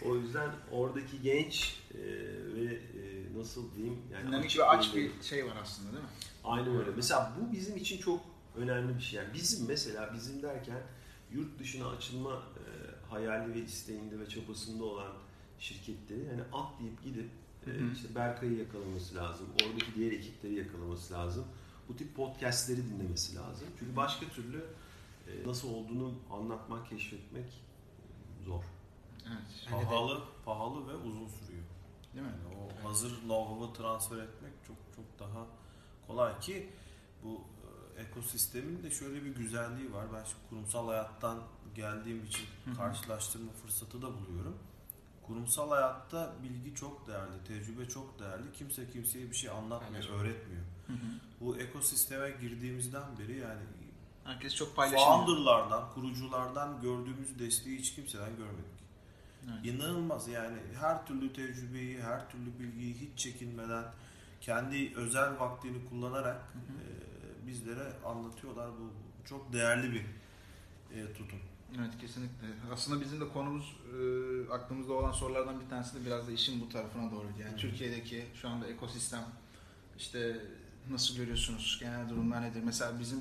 O yüzden oradaki genç e, ve e, nasıl diyeyim yani dinamik ve aç bir şey var aslında değil mi? Aynen öyle. Mesela bu bizim için çok önemli bir şey. Yani bizim mesela bizim derken yurt dışına açılma e, hayali ve isteğinde ve çabasında olan şirketleri yani atlayıp gidip e, işte Berkay'ı yakalaması lazım. Oradaki diğer ekipleri yakalaması lazım. Bu tip podcastleri dinlemesi lazım. Çünkü başka türlü e, nasıl olduğunu anlatmak, keşfetmek zor. Evet. Pahalı, pahalı ve uzun sürüyor. Değil mi? Yani o hazır know-how'u transfer etmek çok çok daha kolay ki bu e, ekosistemin de şöyle bir güzelliği var. Ben şimdi kurumsal hayattan geldiğim için hı hı. karşılaştırma fırsatı da buluyorum. Kurumsal hayatta bilgi çok değerli, tecrübe çok değerli. Kimse kimseye bir şey anlatmıyor, evet. öğretmiyor. Hı hı. Bu ekosisteme girdiğimizden beri yani herkes çok paylaşıyor. Founder'lardan, kuruculardan gördüğümüz desteği hiç kimseden görmedik. Evet. İnanılmaz yani her türlü tecrübeyi, her türlü bilgiyi hiç çekinmeden kendi özel vaktini kullanarak hı hı. E, bizlere anlatıyorlar. Bu çok değerli bir e, tutum. Evet kesinlikle. Aslında bizim de konumuz e, aklımızda olan sorulardan bir tanesi de biraz da işin bu tarafına doğru. Yani hı. Türkiye'deki şu anda ekosistem işte nasıl görüyorsunuz? Genel durumlar nedir? Mesela bizim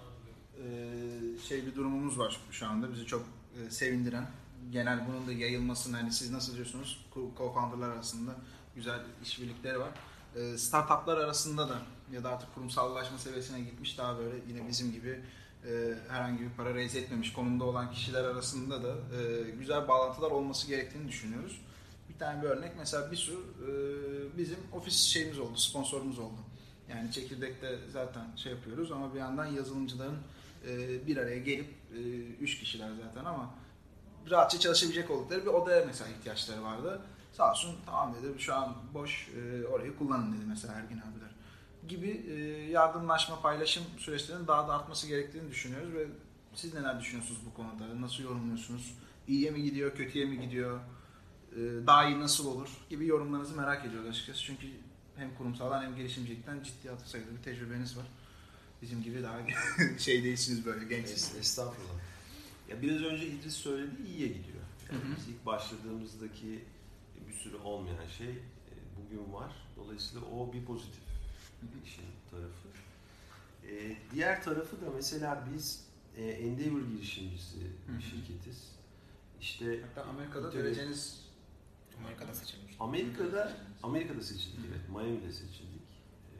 e, şey bir durumumuz var şu anda bizi çok e, sevindiren. Genel bunun da yayılmasını hani siz nasıl diyorsunuz? Co-founder'lar arasında güzel işbirlikleri var. E, startup'lar arasında da ya da artık kurumsallaşma seviyesine gitmiş daha böyle yine bizim gibi e, herhangi bir para raise etmemiş konumda olan kişiler arasında da e, güzel bağlantılar olması gerektiğini düşünüyoruz. Bir tane bir örnek mesela bir sürü e, bizim ofis şeyimiz oldu, sponsorumuz oldu. Yani çekirdekte zaten şey yapıyoruz ama bir yandan yazılımcıların e, bir araya gelip e, üç kişiler zaten ama rahatça çalışabilecek oldukları bir odaya mesela ihtiyaçları vardı. Sağ olsun tamam dedi şu an boş e, orayı kullanın dedi mesela Ergin abiler. Gibi e, yardımlaşma, paylaşım süreçlerinin daha da artması gerektiğini düşünüyoruz ve siz neler düşünüyorsunuz bu konuda? Nasıl yorumluyorsunuz? İyiye mi gidiyor, kötüye mi gidiyor? E, daha iyi nasıl olur? Gibi yorumlarınızı merak ediyoruz açıkçası. Çünkü hem kurumsaldan hem girişimcilikten ciddi hatır sayıda bir tecrübeniz var. Bizim gibi daha şey değilsiniz böyle gençsiniz. Estağfurullah. Ya biraz önce İdris söyledi, iyiye gidiyor. Yani hı hı. Biz ilk başladığımızdaki bir sürü olmayan şey bugün var. Dolayısıyla o bir pozitif işin tarafı. Ee, diğer tarafı da mesela biz e, Endeavor girişimcisi bir şirketiz. İşte hatta Amerika'da dereceniz Amerika'da seçilmiş. Amerika'da Amerika'da seçildik evet. Miami'de seçildik. Ee,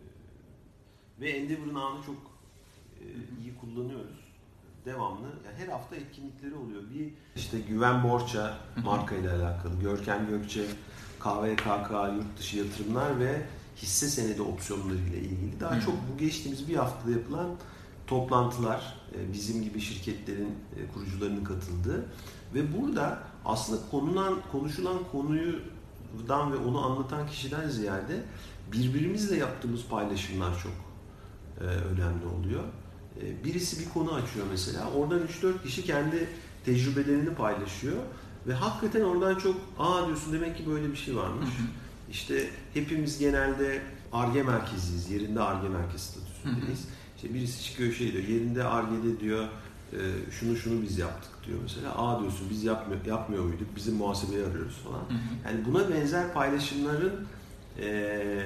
ve Endeavor'ın ağını çok e, iyi kullanıyoruz. Devamlı yani her hafta etkinlikleri oluyor. Bir işte Güven Borça marka ile alakalı, Görkem Gökçe K V K K yurt dışı yatırımlar ve hisse senedi opsiyonları ile ilgili daha çok bu geçtiğimiz bir haftada yapılan toplantılar, bizim gibi şirketlerin kurucularının katıldığı ve burada aslında konulan konuşulan konudan ve onu anlatan kişiden ziyade birbirimizle yaptığımız paylaşımlar çok önemli oluyor. Birisi bir konu açıyor mesela. Oradan üç dört kişi kendi tecrübelerini paylaşıyor. Ve hakikaten oradan çok aa diyorsun demek ki böyle bir şey varmış. İşte hepimiz genelde Ar-Ge merkeziyiz. Yerinde Ar-Ge merkez statüsündeyiz. İşte birisi çıkıyor şey diyor. Yerinde Ar-Ge'de diyor şunu şunu biz yaptık diyor mesela. Aa diyorsun biz yapmıyor, yapmıyor muyduk? Bizim muhasebeyi arıyoruz falan. Yani buna benzer paylaşımların ee,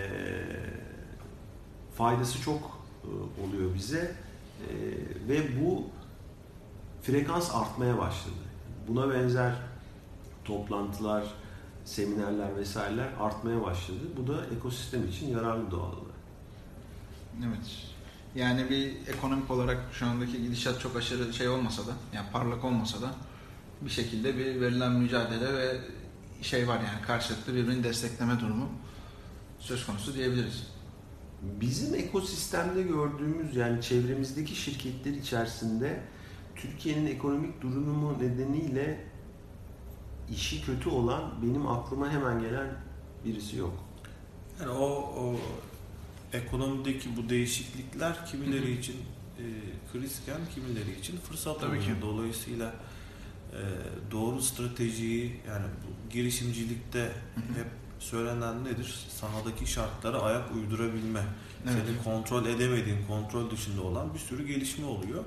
faydası çok e, oluyor bize. Ee, ve bu frekans artmaya başladı. Buna benzer toplantılar, seminerler vesaireler artmaya başladı. Bu da ekosistem için yararlı doğal olarak. Evet. Yani bir ekonomik olarak şu andaki gidişat çok aşırı şey olmasa da, yani parlak olmasa da bir şekilde bir verilen mücadele ve şey var yani karşılıklı birbirini destekleme durumu söz konusu diyebiliriz. Bizim ekosistemde gördüğümüz yani çevremizdeki şirketler içerisinde Türkiye'nin ekonomik durumu nedeniyle işi kötü olan benim aklıma hemen gelen birisi yok. Yani o, o ekonomideki bu değişiklikler kimileri için e, krizken kimileri için fırsat oluyor. Dolayısıyla e, doğru stratejiyi yani bu girişimcilikte hep söylenen nedir? Sahadaki şartlara ayak uydurabilme. Evet. Senin kontrol edemediğin, kontrol dışında olan bir sürü gelişme oluyor.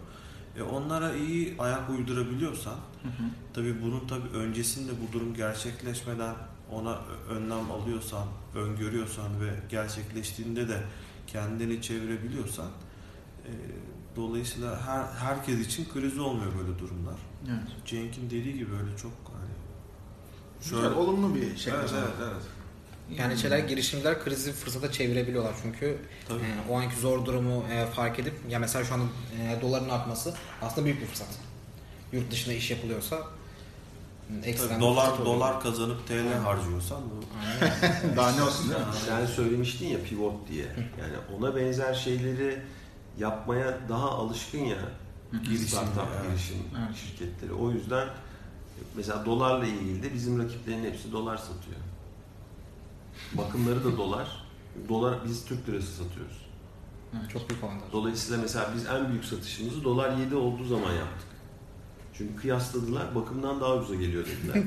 E onlara iyi ayak uydurabiliyorsan, hı hı. tabii bunun tabii öncesinde bu durum gerçekleşmeden ona önlem alıyorsan, öngörüyorsan ve gerçekleştiğinde de kendini çevirebiliyorsan, e, dolayısıyla her herkes için kriz olmuyor böyle durumlar. Evet. Cenk'in dediği gibi öyle çok hani şöyle güzel, olumlu bir şey. Evet, evet, evet. Yani şeyler, girişimciler krizi fırsata çevirebiliyorlar çünkü e, o anki zor durumu e, fark edip, ya mesela şu an e, doların artması aslında büyük bir fırsat. Yurt dışında iş yapılıyorsa Tabii, dolar dolar kazanıp T L harcıyorsan bu daha ne olsun değil mi? Sen söylemiştin ya pivot diye. Yani ona benzer şeyleri yapmaya daha alışkın ya girişim, startup evet. girişim evet. şirketleri. O yüzden mesela dolarla ilgili de bizim rakiplerin hepsi dolar satıyor. Bakımları da dolar. Dolar biz Türk lirası satıyoruz. Evet, çok büyük avantaj. Dolayısıyla mesela biz en büyük satışımızı dolar yedi olduğu zaman yaptık. Çünkü kıyasladılar, bakımdan daha ucuza geliyor dediler.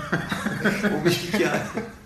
O bir hikaye.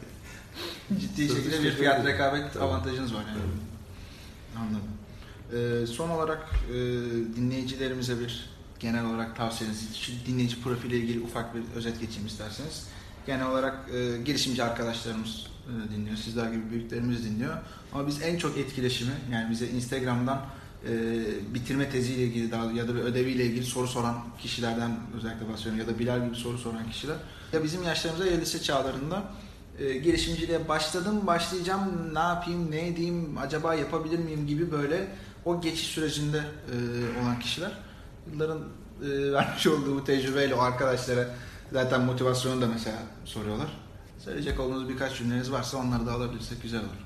Ciddi şekilde bir fiyat rekabet Tabii. avantajınız var yani. Evet. Anladım. Ee, son olarak e, dinleyicilerimize bir genel olarak tavsiyeniz, şu dinleyici profiliyle ilgili ufak bir özet geçeyim isterseniz. Genel olarak e, girişimci arkadaşlarımız e, dinliyor, sizler gibi büyüklerimiz dinliyor. Ama biz en çok etkileşimi, yani bize Instagram'dan e, bitirme teziyle ilgili daha, ya da bir ödeviyle ilgili soru soran kişilerden özellikle bahsediyorum, ya da Bilal gibi soru soran kişiler. Ya bizim yaşlarımızda ya lise çağlarında e, girişimciliğe başladım, başlayacağım, ne yapayım, ne edeyim, acaba yapabilir miyim gibi böyle o geçiş sürecinde e, olan kişiler. Yılların e, vermiş olduğu bu tecrübeyle o arkadaşlara zaten motivasyonu da mesela soruyorlar. Söyleyecek olduğunuz birkaç cümleniz varsa onları da alabilirsek güzel olur.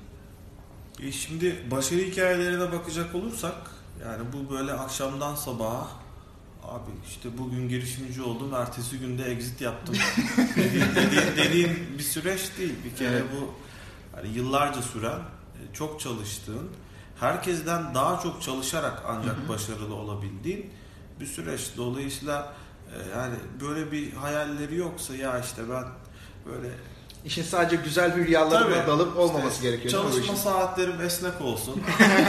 E şimdi başarı hikayelerine bakacak olursak, yani bu böyle akşamdan sabaha abi işte bugün girişimci oldum, ertesi günde exit yaptım dediğin, dediğin, dediğin bir süreç değil. Bir kere evet. bu yani yıllarca süren, çok çalıştığın, herkesten daha çok çalışarak ancak Hı-hı. başarılı olabildiğin bir süreç. Dolayısıyla yani böyle bir hayalleri yoksa, ya işte ben böyle İşin sadece güzel bir rüyalarına dalıp olmaması işte gerekiyor. Çalışma saatlerim esnek olsun.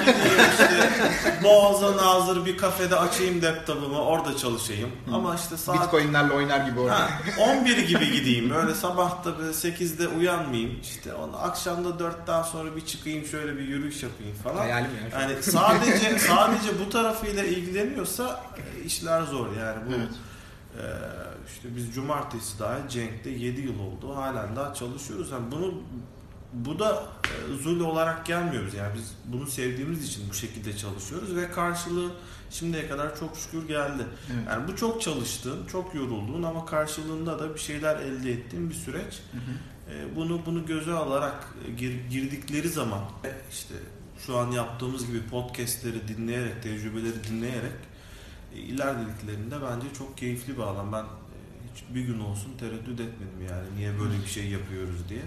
işte Boğaz'a nazır bir kafede açayım laptopumu, orada çalışayım. Hı. Ama işte saat Bitcoin'lerle oynar gibi orada. Ha, on bir gibi gideyim. Öyle sabah da sekizde uyanmayayım. İşte onu akşamda dörtten sonra bir çıkayım, şöyle bir yürüyüş yapayım falan. Hayalim ya. Yani sadece sadece bu tarafıyla ilgileniyorsa işler zor yani bu. Evet. Ee, işte biz cumartesi dahil Cenk'te yedi yıl oldu. Halen daha çalışıyoruz. Yani bunu bu da e, zul olarak gelmiyoruz. Yani biz bunu sevdiğimiz için bu şekilde çalışıyoruz ve karşılığı şimdiye kadar çok şükür geldi. Evet. Yani bu çok çalıştığın, çok yorulduğun ama karşılığında da bir şeyler elde ettiğin bir süreç. Hı hı. E, bunu bunu göze alarak gir, girdikleri zaman işte şu an yaptığımız gibi podcastleri dinleyerek, tecrübeleri dinleyerek ilerlediklerinde bence çok keyifli bir alan. Ben hiç bir gün olsun tereddüt etmedim yani niye böyle bir şey yapıyoruz diye.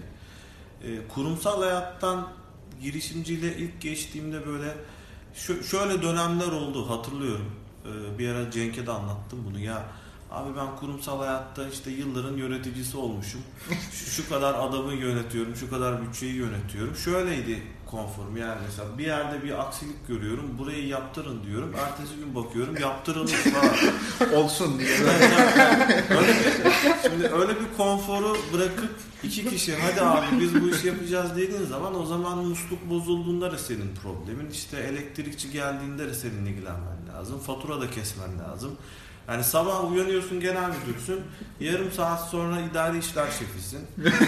Kurumsal hayattan girişimciyle ilk geçtiğimde böyle şöyle dönemler oldu, hatırlıyorum. Bir ara Cenk'e de anlattım bunu. Ya abi ben kurumsal hayatta işte yılların yöneticisi olmuşum. Şu, şu kadar adamı yönetiyorum, şu kadar bütçeyi yönetiyorum. Şöyleydi konforum yani, mesela bir yerde bir aksilik görüyorum, burayı yaptırın diyorum. Ertesi gün bakıyorum yaptırılmış falan. Olsun diye. öyle bir, şimdi öyle bir konforu bırakıp iki kişi hadi abi biz bu işi yapacağız dediğin zaman, o zaman musluk bozulduğunda da senin problemin. İşte elektrikçi geldiğinde de senin ilgilenmen lazım. Fatura da kesmen lazım. Yani sabah uyanıyorsun, genel müdürsün, yarım saat sonra idari işler şefisin.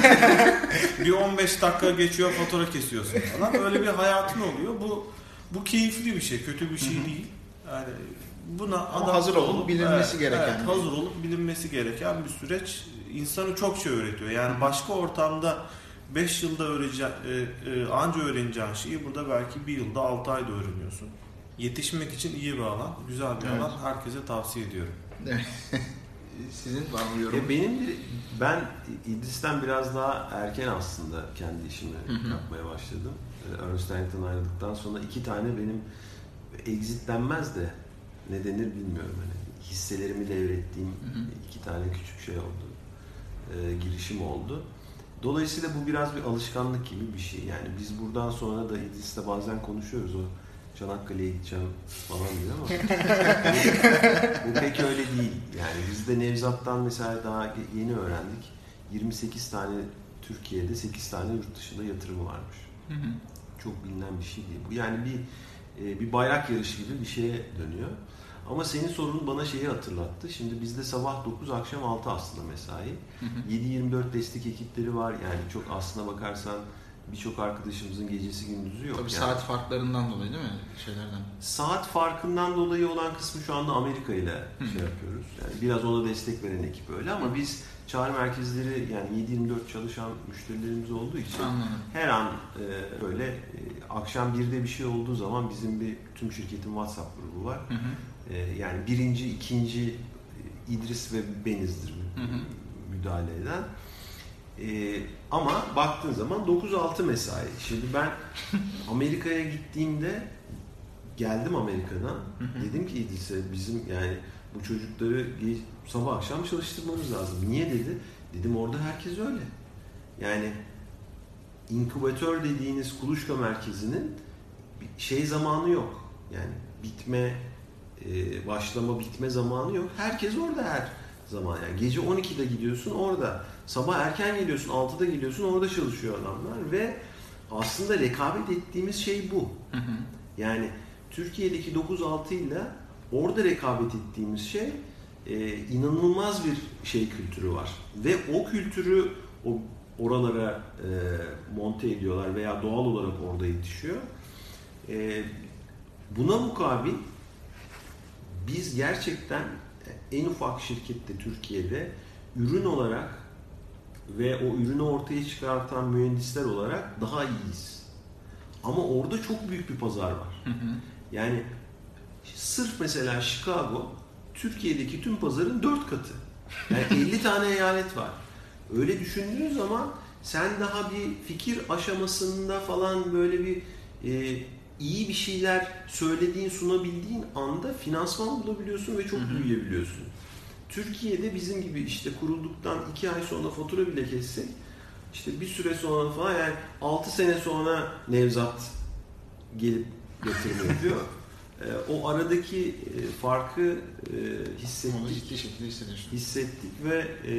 Bir on beş dakika geçiyor, fatura kesiyorsun falan. Öyle bir hayatın oluyor. Bu bu keyifli bir şey, kötü bir şey değil. Yani buna adam hazır olup bilinmesi evet, gereken. Evet, hazır olup bilinmesi gereken bir süreç insanı çok şey öğretiyor. Yani başka ortamda beş yılda öğreneceğin, anca öğreneceğin şeyi burada belki bir yılda, altı ayda öğreniyorsun. Yetişmek için iyi bir alan, güzel bir evet. alan. Herkese tavsiye ediyorum. Sizin var mı yorum? E benim de, ben İdris'ten biraz daha erken aslında kendi işimi hı hı. yapmaya başladım. Ernst Young'dan ayrıldıktan sonra iki tane benim exit denmez de ne denir bilmiyorum. Yani hisselerimi devrettiğim hı hı. iki tane küçük şey oldu. E, girişim oldu. Dolayısıyla bu biraz bir alışkanlık gibi bir şey. Yani biz buradan sonra da İdris'le bazen konuşuyoruz o. Çanakkale'ye gideceğim falan diyor ama bu pek öyle değil. Yani biz de Nevzat'tan mesela daha yeni öğrendik. yirmi sekiz tane Türkiye'de, sekiz tane yurt dışında yatırımı varmış. Hı hı. Çok bilinen bir şey değil. Bu yani bir bir bayrak yarışı gibi bir şeye dönüyor. Ama senin sorunun bana şeyi hatırlattı. Şimdi bizde sabah dokuz akşam altı aslında mesai. Hı hı. yedi yirmi dört destek ekipleri var. Yani çok aslına bakarsan birçok arkadaşımızın gecesi gündüzü yok. Tabii yani. Saat farklarından dolayı değil mi? Şeylerden. Saat farkından dolayı olan kısmı şu anda Amerika ile şey yapıyoruz. Yani biraz ona destek veren ekip öyle ama Hı. biz çağrı merkezleri yani yedi yirmi dört çalışan müşterilerimiz olduğu için Anladım. her an e, böyle e, akşam birde bir şey olduğu zaman bizim bir tüm şirketin WhatsApp grubu var. Hı hı. E, yani birinci, ikinci e, İdris ve benizdir hı hı. müdahale eden. Ee, ama baktığın zaman dokuz altı mesai. Şimdi ben Amerika'ya gittiğimde geldim Amerika'dan. Hı hı. Dedim ki İdris'e bizim yani bu çocukları sabah akşam çalıştırmamız lazım. Niye dedi? Dedim orada herkes öyle. Yani inkübatör dediğiniz kuluçka merkezinin şey zamanı yok. Yani bitme, başlama bitme zamanı yok. Herkes orada her zaman. Yani gece on ikide gidiyorsun orada. Sabah erken geliyorsun, altıda geliyorsun, orada çalışıyor adamlar ve aslında rekabet ettiğimiz şey bu. Hı hı. Yani Türkiye'deki dokuz altı ile orada rekabet ettiğimiz şey e, inanılmaz bir şey kültürü var. Ve o kültürü o oralara e, monte ediyorlar veya doğal olarak orada yetişiyor. E, buna mukabil biz gerçekten en ufak şirkette Türkiye'de ürün olarak ve o ürünü ortaya çıkartan mühendisler olarak daha iyiyiz. Ama orada çok büyük bir pazar var. Hı hı. Yani sırf mesela Chicago Türkiye'deki tüm pazarın dört katı. Yani elli tane eyalet var. Öyle düşündüğün zaman sen daha bir fikir aşamasında falan böyle bir e, iyi bir şeyler söylediğin, sunabildiğin anda finansman bulabiliyorsun ve çok hı hı. büyüyebiliyorsun. Türkiye'de bizim gibi işte kurulduktan iki ay sonra fatura bile kessek işte bir süre sonra falan yani altı sene sonra Nevzat gelip yatırım yapıyor. e, o aradaki e, farkı e, hissettik. Ciddi şekilde hissediyorsun. Hissettik ve e,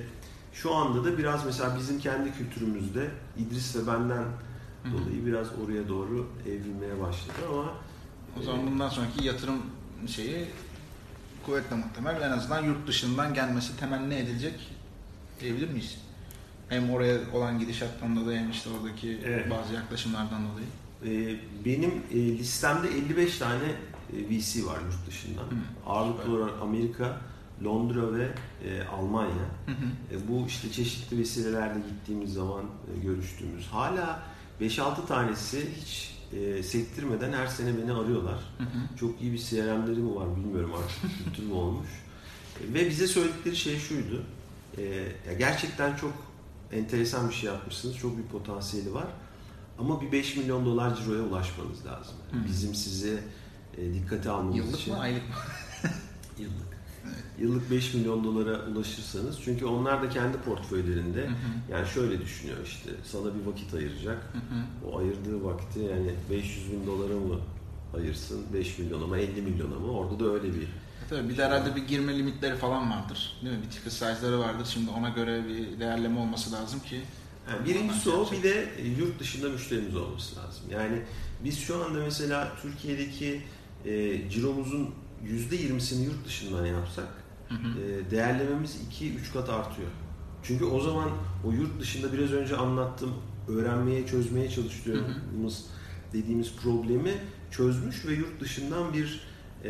şu anda da biraz mesela bizim kendi kültürümüzde İdris ve benden Hı-hı. dolayı biraz oraya doğru evrilmeye başladı ama o zaman e, bundan sonraki yatırım şeyi kuvvetle muhtemel en azından yurt dışından gelmesi temenni edilecek diyebilir miyiz? Hem oraya olan gidişattan dolayı hem işte oradaki evet. bazı yaklaşımlardan dolayı. Ee, benim e, listemde elli beş tane e, V C var yurt dışından. Hı, Ağırlıklı süper. olarak Amerika, Londra ve e, Almanya. Hı hı. E, bu işte çeşitli vesilelerle gittiğimiz zaman e, görüştüğümüz. Hala beş altı tanesi hiç E, sektirmeden her sene beni arıyorlar. Hı hı. Çok iyi bir C R M'leri mi var bilmiyorum artık kültür mü olmuş. E, ve bize söyledikleri şey şuydu. E, ya gerçekten çok enteresan bir şey yapmışsınız. Çok bir potansiyeli var. Ama bir beş milyon dolar ciroya ulaşmanız lazım. Hı. Bizim size e, dikkate almamız Yıllık için. Yıllık mı aylık mı? Yıllık. Evet. Yıllık beş milyon dolara ulaşırsanız çünkü onlar da kendi portföylerinde hı hı. yani şöyle düşünüyor işte sana bir vakit ayıracak. Hı hı. O ayırdığı vakti yani beş yüz bin dolara mı ayırsın beş milyona mı elli milyona mı orada da öyle bir tabii bir de herhalde bir girme limitleri falan vardır. Değil mi? Bir ticket size'ları vardır. Şimdi ona göre bir değerleme olması lazım ki. Yani birincisi o bir de yurt dışında müşterimiz olması lazım. Yani biz şu anda mesela Türkiye'deki e, ciromuzun yüzde yirmisini yurt dışından yapsak hı hı. E, değerlememiz iki üç kat artıyor. Çünkü o zaman o yurt dışında biraz önce anlattım öğrenmeye, çözmeye çalıştığımız hı hı. dediğimiz problemi çözmüş ve yurt dışından bir e,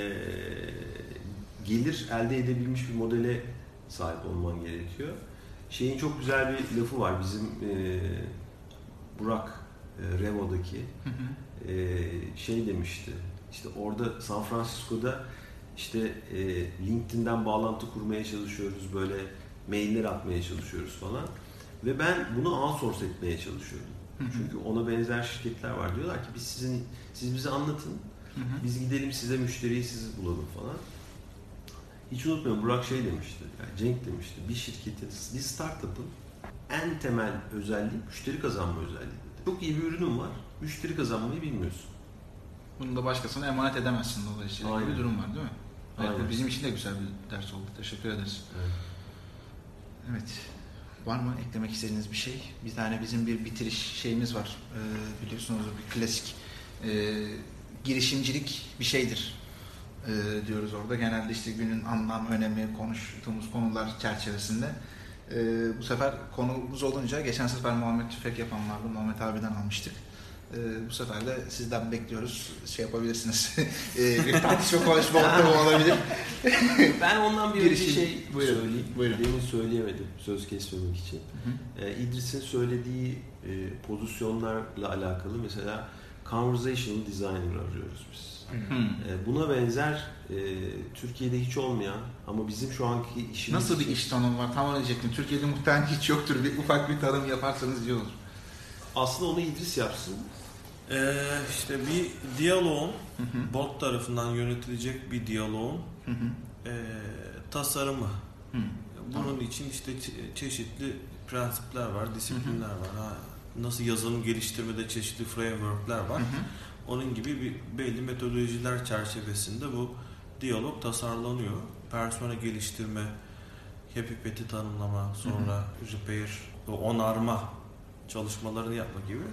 gelir elde edebilmiş bir modele sahip olman gerekiyor. Şeyin çok güzel bir lafı var bizim e, Burak e, Revo'daki hı hı. E, şey demişti. İşte orada San Francisco'da işte e, LinkedIn'den bağlantı kurmaya çalışıyoruz, böyle mailler atmaya çalışıyoruz falan. Ve ben bunu outsource etmeye çalışıyorum. Hı hı. Çünkü ona benzer şirketler var. Diyorlar ki biz sizin siz bize anlatın. Hı hı. Biz gidelim size müşteriyi siz bulalım falan. Hiç unutmuyorum Burak şey demişti. Yani Cenk demişti. Bir şirketin, bir startup'ın en temel özelliği müşteri kazanma özelliği. Çok iyi bir ürünüm var. Müşteri kazanmayı bilmiyorsun. Bunu da başkasına emanet edemezsin dolayısıyla gibi bir durum var değil mi? Evet, Aynen. bu bizim için de güzel bir ders oldu. Teşekkür ederiz. Evet. Evet. Var mı eklemek istediğiniz bir şey? Bir tane bizim bir bitiriş şeyimiz var. Ee, biliyorsunuz bir klasik e, girişimcilik bir şeydir e, diyoruz orada. Genelde işte günün anlam, önemi, konuştuğumuz konular çerçevesinde. E, bu sefer konumuz olunca geçen sefer Muhammed Tüfek yapan vardı. Muhammed abiden almıştık. Ee, bu sefer de sizden bekliyoruz. Şey yapabilirsiniz. ee, bir tartışma konuşma ortamı olabilir. Ben ondan bir Girişim. önce şey Buyurun. söyleyeyim. Buyurun. Demin söyleyemedim söz kesmemek için. Hı hı. Ee, İdris'in söylediği e, pozisyonlarla alakalı mesela conversational designer arıyoruz biz. Hı. Ee, buna benzer e, Türkiye'de hiç olmayan ama bizim şu anki işimiz Nasıl bir için- iş tanımı var? Tam onu diyecektim. Türkiye'de muhtemelen hiç yoktur. Bir ufak bir tanım yaparsanız iyi olur. Aslında onu İdris yapsın. Ee, işte bir diyaloğun, bot tarafından yönetilecek bir diyaloğun Hı hı. e, tasarımı. Hı. Bunun Tamam. için işte çe- çeşitli prensipler var, disiplinler var. Ha, nasıl yazılım geliştirmede çeşitli frameworkler var. Hı hı. Onun gibi bir belli metodolojiler çerçevesinde bu diyalog tasarlanıyor. Persona geliştirme, happy pet'i tanımlama, sonra repair, onarma çalışmalarını yapma gibi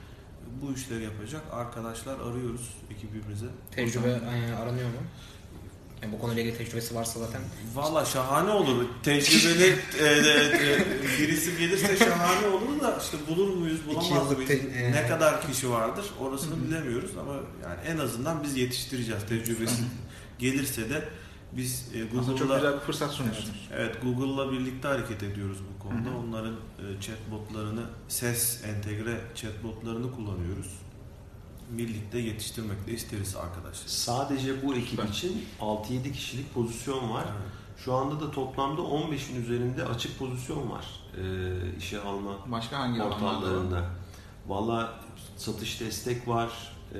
bu işleri yapacak arkadaşlar arıyoruz ekibimize. Tecrübe e, aranıyor mu? Yani bu konuyla ilgili tecrübesi varsa zaten. Valla şahane olur. Tecrübeli e, e, e, birisi gelirse şahane olur da işte bulur muyuz, İki bulamaz yıllık mıyız? te- e- Ne kadar kişi vardır orasını bilemiyoruz ama yani en azından biz yetiştireceğiz tecrübesi. Gelirse de biz e, Aslında çok Google'la güzel bir fırsat sunuyorsunuz. evet Google'la birlikte hareket ediyoruz bu konuda. Hı hı. Onların e, chatbotlarını, ses entegre chatbotlarını kullanıyoruz. Birlikte yetiştirmek de isteriz arkadaşlar. Sadece bu ekip Süper. için altı yedi kişilik pozisyon var. Evet. Şu anda da toplamda on beşin üzerinde açık pozisyon var e, işe alma Başka hangi alanlarda var? portallarında. Valla satış destek var, e,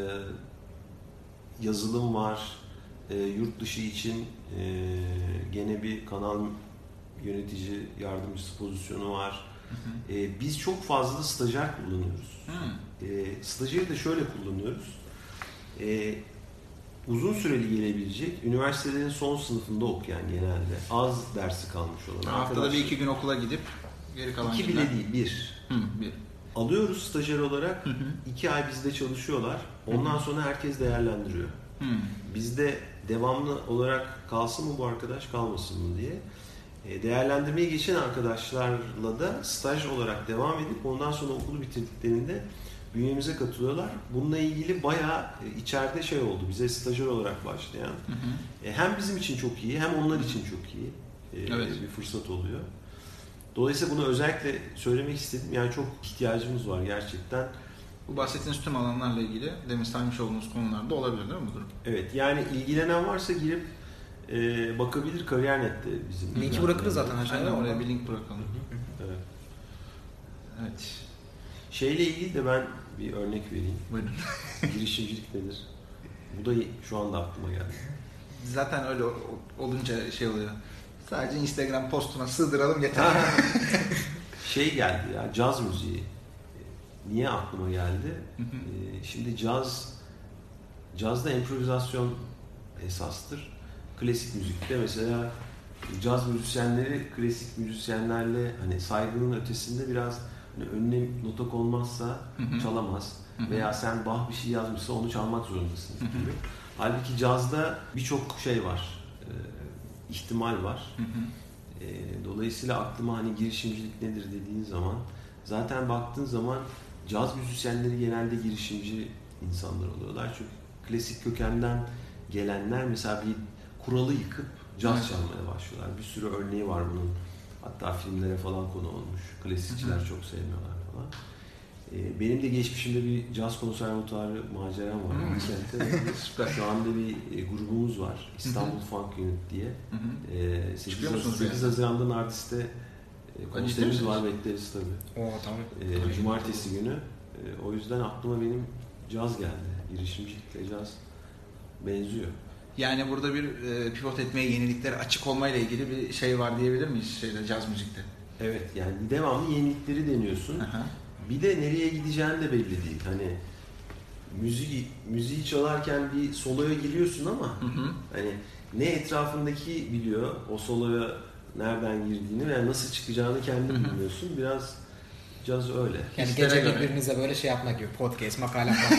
yazılım var, e, yurt dışı için e, gene bir kanal yönetici yardımcısı pozisyonu var. Hı hı. E, biz çok fazla stajyer kullanıyoruz. Hı. E, stajyeri de şöyle kullanıyoruz. E, uzun süreli gelebilecek, üniversitelerin son sınıfında okuyan genelde az dersi kalmış olan Haftada bir arkadaşlar. iki gün okula gidip geri kalan İki günler- bile değil, bir. Hı, bir. Alıyoruz stajyer olarak, Hı hı. iki ay bizde çalışıyorlar. Ondan sonra herkes değerlendiriyor. Hı. Bizde devamlı olarak kalsın mı bu arkadaş, kalmasın mı diye. E, değerlendirmeye geçen arkadaşlarla da staj olarak devam edip ondan sonra okulu bitirdiklerinde bünyemize katılıyorlar. Bununla ilgili bayağı e, içeride şey oldu. Bize stajyer olarak başlayan. Hı hı. E, hem bizim için çok iyi hem onlar için çok iyi e, Evet. bir fırsat oluyor. Dolayısıyla bunu özellikle söylemek istedim. Yani çok ihtiyacımız var gerçekten. Bu bahsettiğiniz tüm alanlarla ilgili demin saymış olduğunuz konularda olabilir değil mi bu durum? Evet, yani ilgilenen varsa girip e, bakabilir. Kariyer.net'te bizim. Linki bırakırız zaten aşağıya. Aynen, oraya bir link bırakalım. Evet. Evet. Şeyle ilgili de ben bir örnek vereyim. Buyurun. Girişimcilik nedir? Bu da şu anda aklıma geldi. Zaten öyle o- olunca şey oluyor. Sadece Instagram postuna sığdıralım yeter. Şey geldi ya, caz müziği. Niye aklıma geldi? Hı hı. Ee, şimdi caz, cazda improvizasyon esastır. Klasik müzikte mesela caz müzisyenleri klasik müzisyenlerle hani saygının ötesinde biraz hani önüne nota konmazsa Hı hı. çalamaz. Hı hı. Veya sen Bach bir şey yazmışsa onu çalmak zorundasın Hı hı. gibi. Halbuki cazda birçok şey var. Ee, ihtimal var. Hı hı. E, dolayısıyla aklıma hani girişimcilik nedir dediğin zaman zaten baktığın zaman caz müzisyenleri genelde girişimci insanlar oluyorlar. Çünkü klasik kökenden gelenler mesela bir kuralı yıkıp caz Evet. çalmaya başlıyorlar. Bir sürü örneği var bunun. Hatta filmlere falan konu olmuş. Klasikçiler Hı hı. çok sevmiyorlar falan. E, benim de geçmişimde bir caz konservatuarı maceram var. Hı. Kent'te. Süper. Şu anda bir e, grubumuz var. İstanbul Funk Unit diye. Hı hı. Ee, sekiz Çıkıyor musunuz sekiz yani? Haziran'da Nardis'te e, ciddi konserimiz misiniz? var, bekleriz tabii. Oo tamam. Ee, cumartesi günü. Ee, o yüzden aklıma benim caz geldi. Girişimcilikle caz benziyor. Yani burada bir e, pivot etmeye, yeniliklere açık olmayla ilgili bir şey var diyebilir miyiz şeyde, caz müzikte? Evet, yani devamlı yenilikleri deniyorsun. Aha. Bir de nereye gideceğin de belli değil. Hani müziği müziği çalarken bir soloya giriyorsun ama Hı hı. hani ne etrafındaki biliyor o soloya nereden girdiğini veya nasıl çıkacağını kendin bilmiyorsun. Biraz caz öyle. Yani Hislere gece göre. birbirinize böyle şey yapmak gibi podcast, makale falan.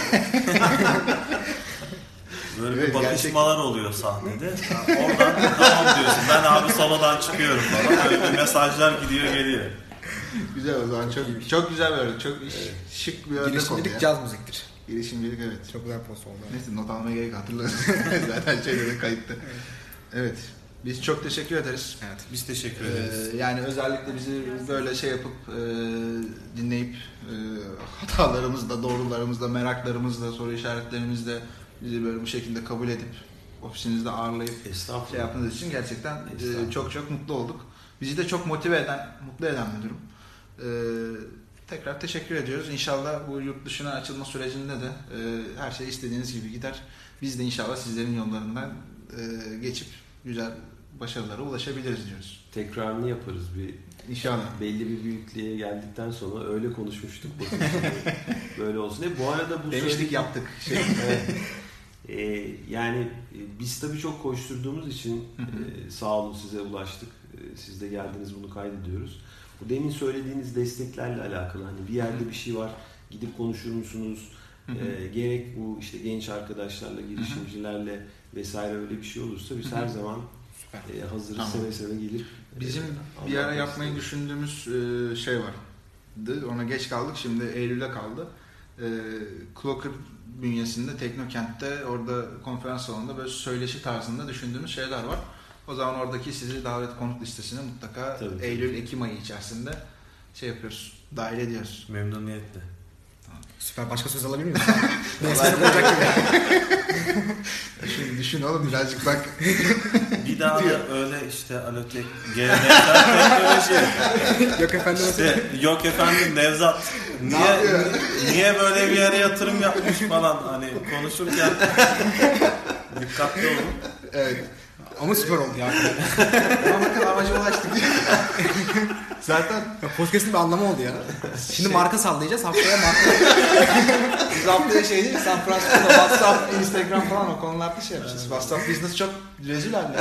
Böyle Evet, bir bakışmalar oluyor sahnede. Yani oradan tamam diyorsun. Ben abi solodan çıkıyorum falan. Böyle bir mesajlar gidiyor geliyor. Güzel o zaman çok çok güzel böyle çok şık bir örnek oldu Girişimcilik ya. caz müziktir. Girişimcilik evet. Çok güzel post oldu. Neyse not almaya gerek hatırlarız. Zaten şeyde de kayıttı. Evet. Biz çok teşekkür ederiz. Evet. Biz teşekkür ederiz. Ee, yani özellikle bizi böyle şey yapıp e, dinleyip e, hatalarımızla, doğrularımızla, meraklarımızla, soru işaretlerimizle bizi böyle bu şekilde kabul edip ofisinizde ağırlayıp Estağfurullah. şey yaptığınız için gerçekten e, Estağfurullah. çok çok mutlu olduk. Bizi de çok motive eden, mutlu eden bir durum. E, tekrar teşekkür ediyoruz. İnşallah bu yurt dışına açılma sürecinde de e, her şey istediğiniz gibi gider. Biz de inşallah sizlerin yollarından e, geçip güzel başarılara ulaşabiliriz diyoruz. Tekrarını yaparız bir İnşallah. belli bir büyüklüğe geldikten sonra öyle konuşmuştuk. Böyle olsun. E, bu arada bu Demiştik söylediğim- yaptık. Şey. Evet. Ee, yani e, biz tabii çok koşturduğumuz için e, sağ olun size ulaştık. E, siz de geldiniz, bunu kaydediyoruz. Bu demin söylediğiniz desteklerle alakalı. Hani bir yerde bir şey var, gidip konuşur musunuz? E, gerek bu işte genç arkadaşlarla, girişimcilerle vesaire öyle bir şey olursa biz her zaman e, hazırız, Tamam. seve seve gelip Bizim e, bir ara anlatmak yapmayı isteriz. düşündüğümüz e, şey vardı. Ona geç kaldık. Şimdi Eylül'e kaldı. E, Clocker bünyesinde Teknokent'te orada konferans salonunda böyle söyleşi tarzında düşündüğümüz şeyler var. O zaman oradaki sizi davet konuk listesine mutlaka Tabii, tabii. Eylül-Ekim ayı içerisinde şey yapıyoruz. Dahil ediyoruz. Memnuniyetle. Süper. Başka söz alabilir miyim? Neyse olacak gibi. Şimdi düşün oğlum birazcık bak. Bir daha da öyle işte alotek, geleneksel teknoloji. Yok efendim. İşte yok efendim Nevzat niye niye böyle bir yere yatırım yapmış falan hani konuşurken dikkatli olun. Evet. Ama süper oldu ya. Ama bakın amaca ulaştık. Zaten Ya podcast'ın bir anlamı oldu ya. Şimdi marka sallayacağız. Haftaya marka. biz haftaya şey değil, San Francisco'da WhatsApp, Instagram falan o konularda şey yapacağız. WhatsApp business çok rezil halde.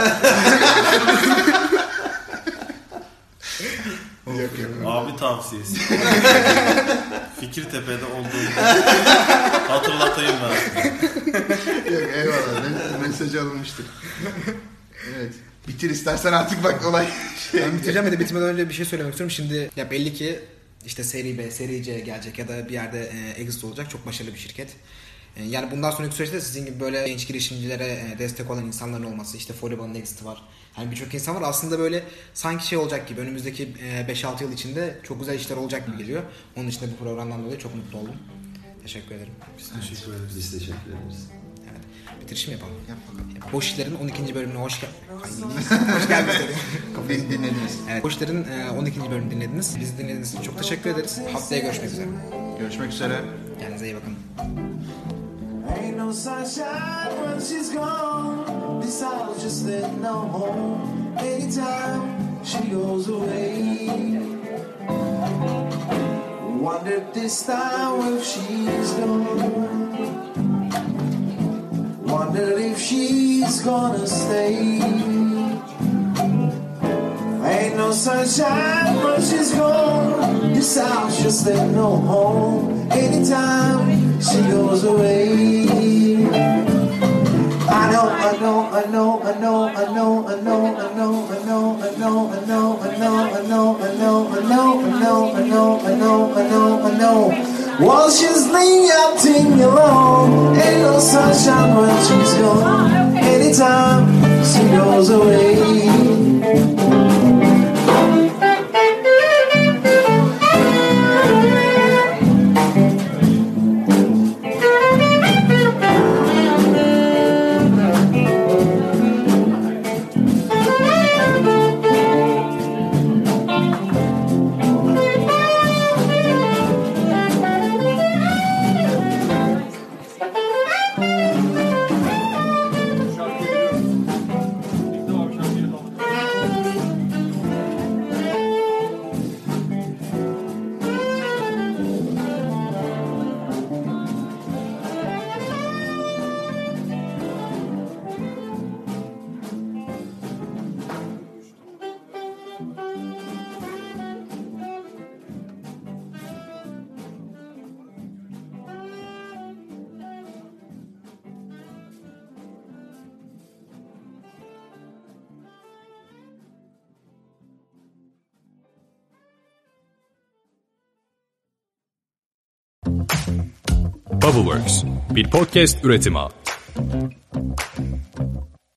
Yok yok. Abi tavsiyesi. Fikirtepe'de olduğunu hatırlatayım ben. Yok eyvallah. Ben mesajı alınmıştır. Evet. Bitir istersen artık bak olay. Ben bitireceğim ve de bitmeden önce bir şey söylemek istiyorum. Şimdi ya belli ki işte seri B, seri C gelecek ya da bir yerde e, exit olacak. Çok başarılı bir şirket. E, yani bundan sonraki süreçte sizin gibi böyle genç girişimcilere e, destek olan insanların olması, işte Follow exit'i var. Yani birçok insan var. Aslında böyle sanki şey olacak gibi. Önümüzdeki e, beş altı yıl içinde çok güzel işler olacak gibi geliyor. Onun için de bu programdan dolayı çok mutlu oldum. Teşekkür ederim. Biz teşekkür ederiz. Biz teşekkür ederiz. Evet. Bitirişim yapalım. Yap bakalım. Boş İşler'in on ikinci bölümüne hoş geldiniz. Hoş geldiniz dedim. Beni dinlediniz. Evet, Boş İşler'in e, on ikinci bölümünü dinlediniz. Bizi dinlediğiniz için çok teşekkür ederiz. Haftaya görüşmek üzere. Görüşmek üzere. Kendinize iyi bakın. Ain't no sunshine when she's gone. This house just ain't no home. Anytime she goes away. Wondered this time if she's gone. Wondered if she's gonna stay. Ain't no sunshine when she's gone. This house just ain't no home. Anytime she goes away. I know, I know, I know, I know, I know, I know, I know, I know, I know, I know, I know, I know, I know, I know, I know, I know, I know, I know, I know. While she's laying out singing along, ain't no sunshine when she's gone. Anytime she goes away. Bubbleworks bir podcast üretimi.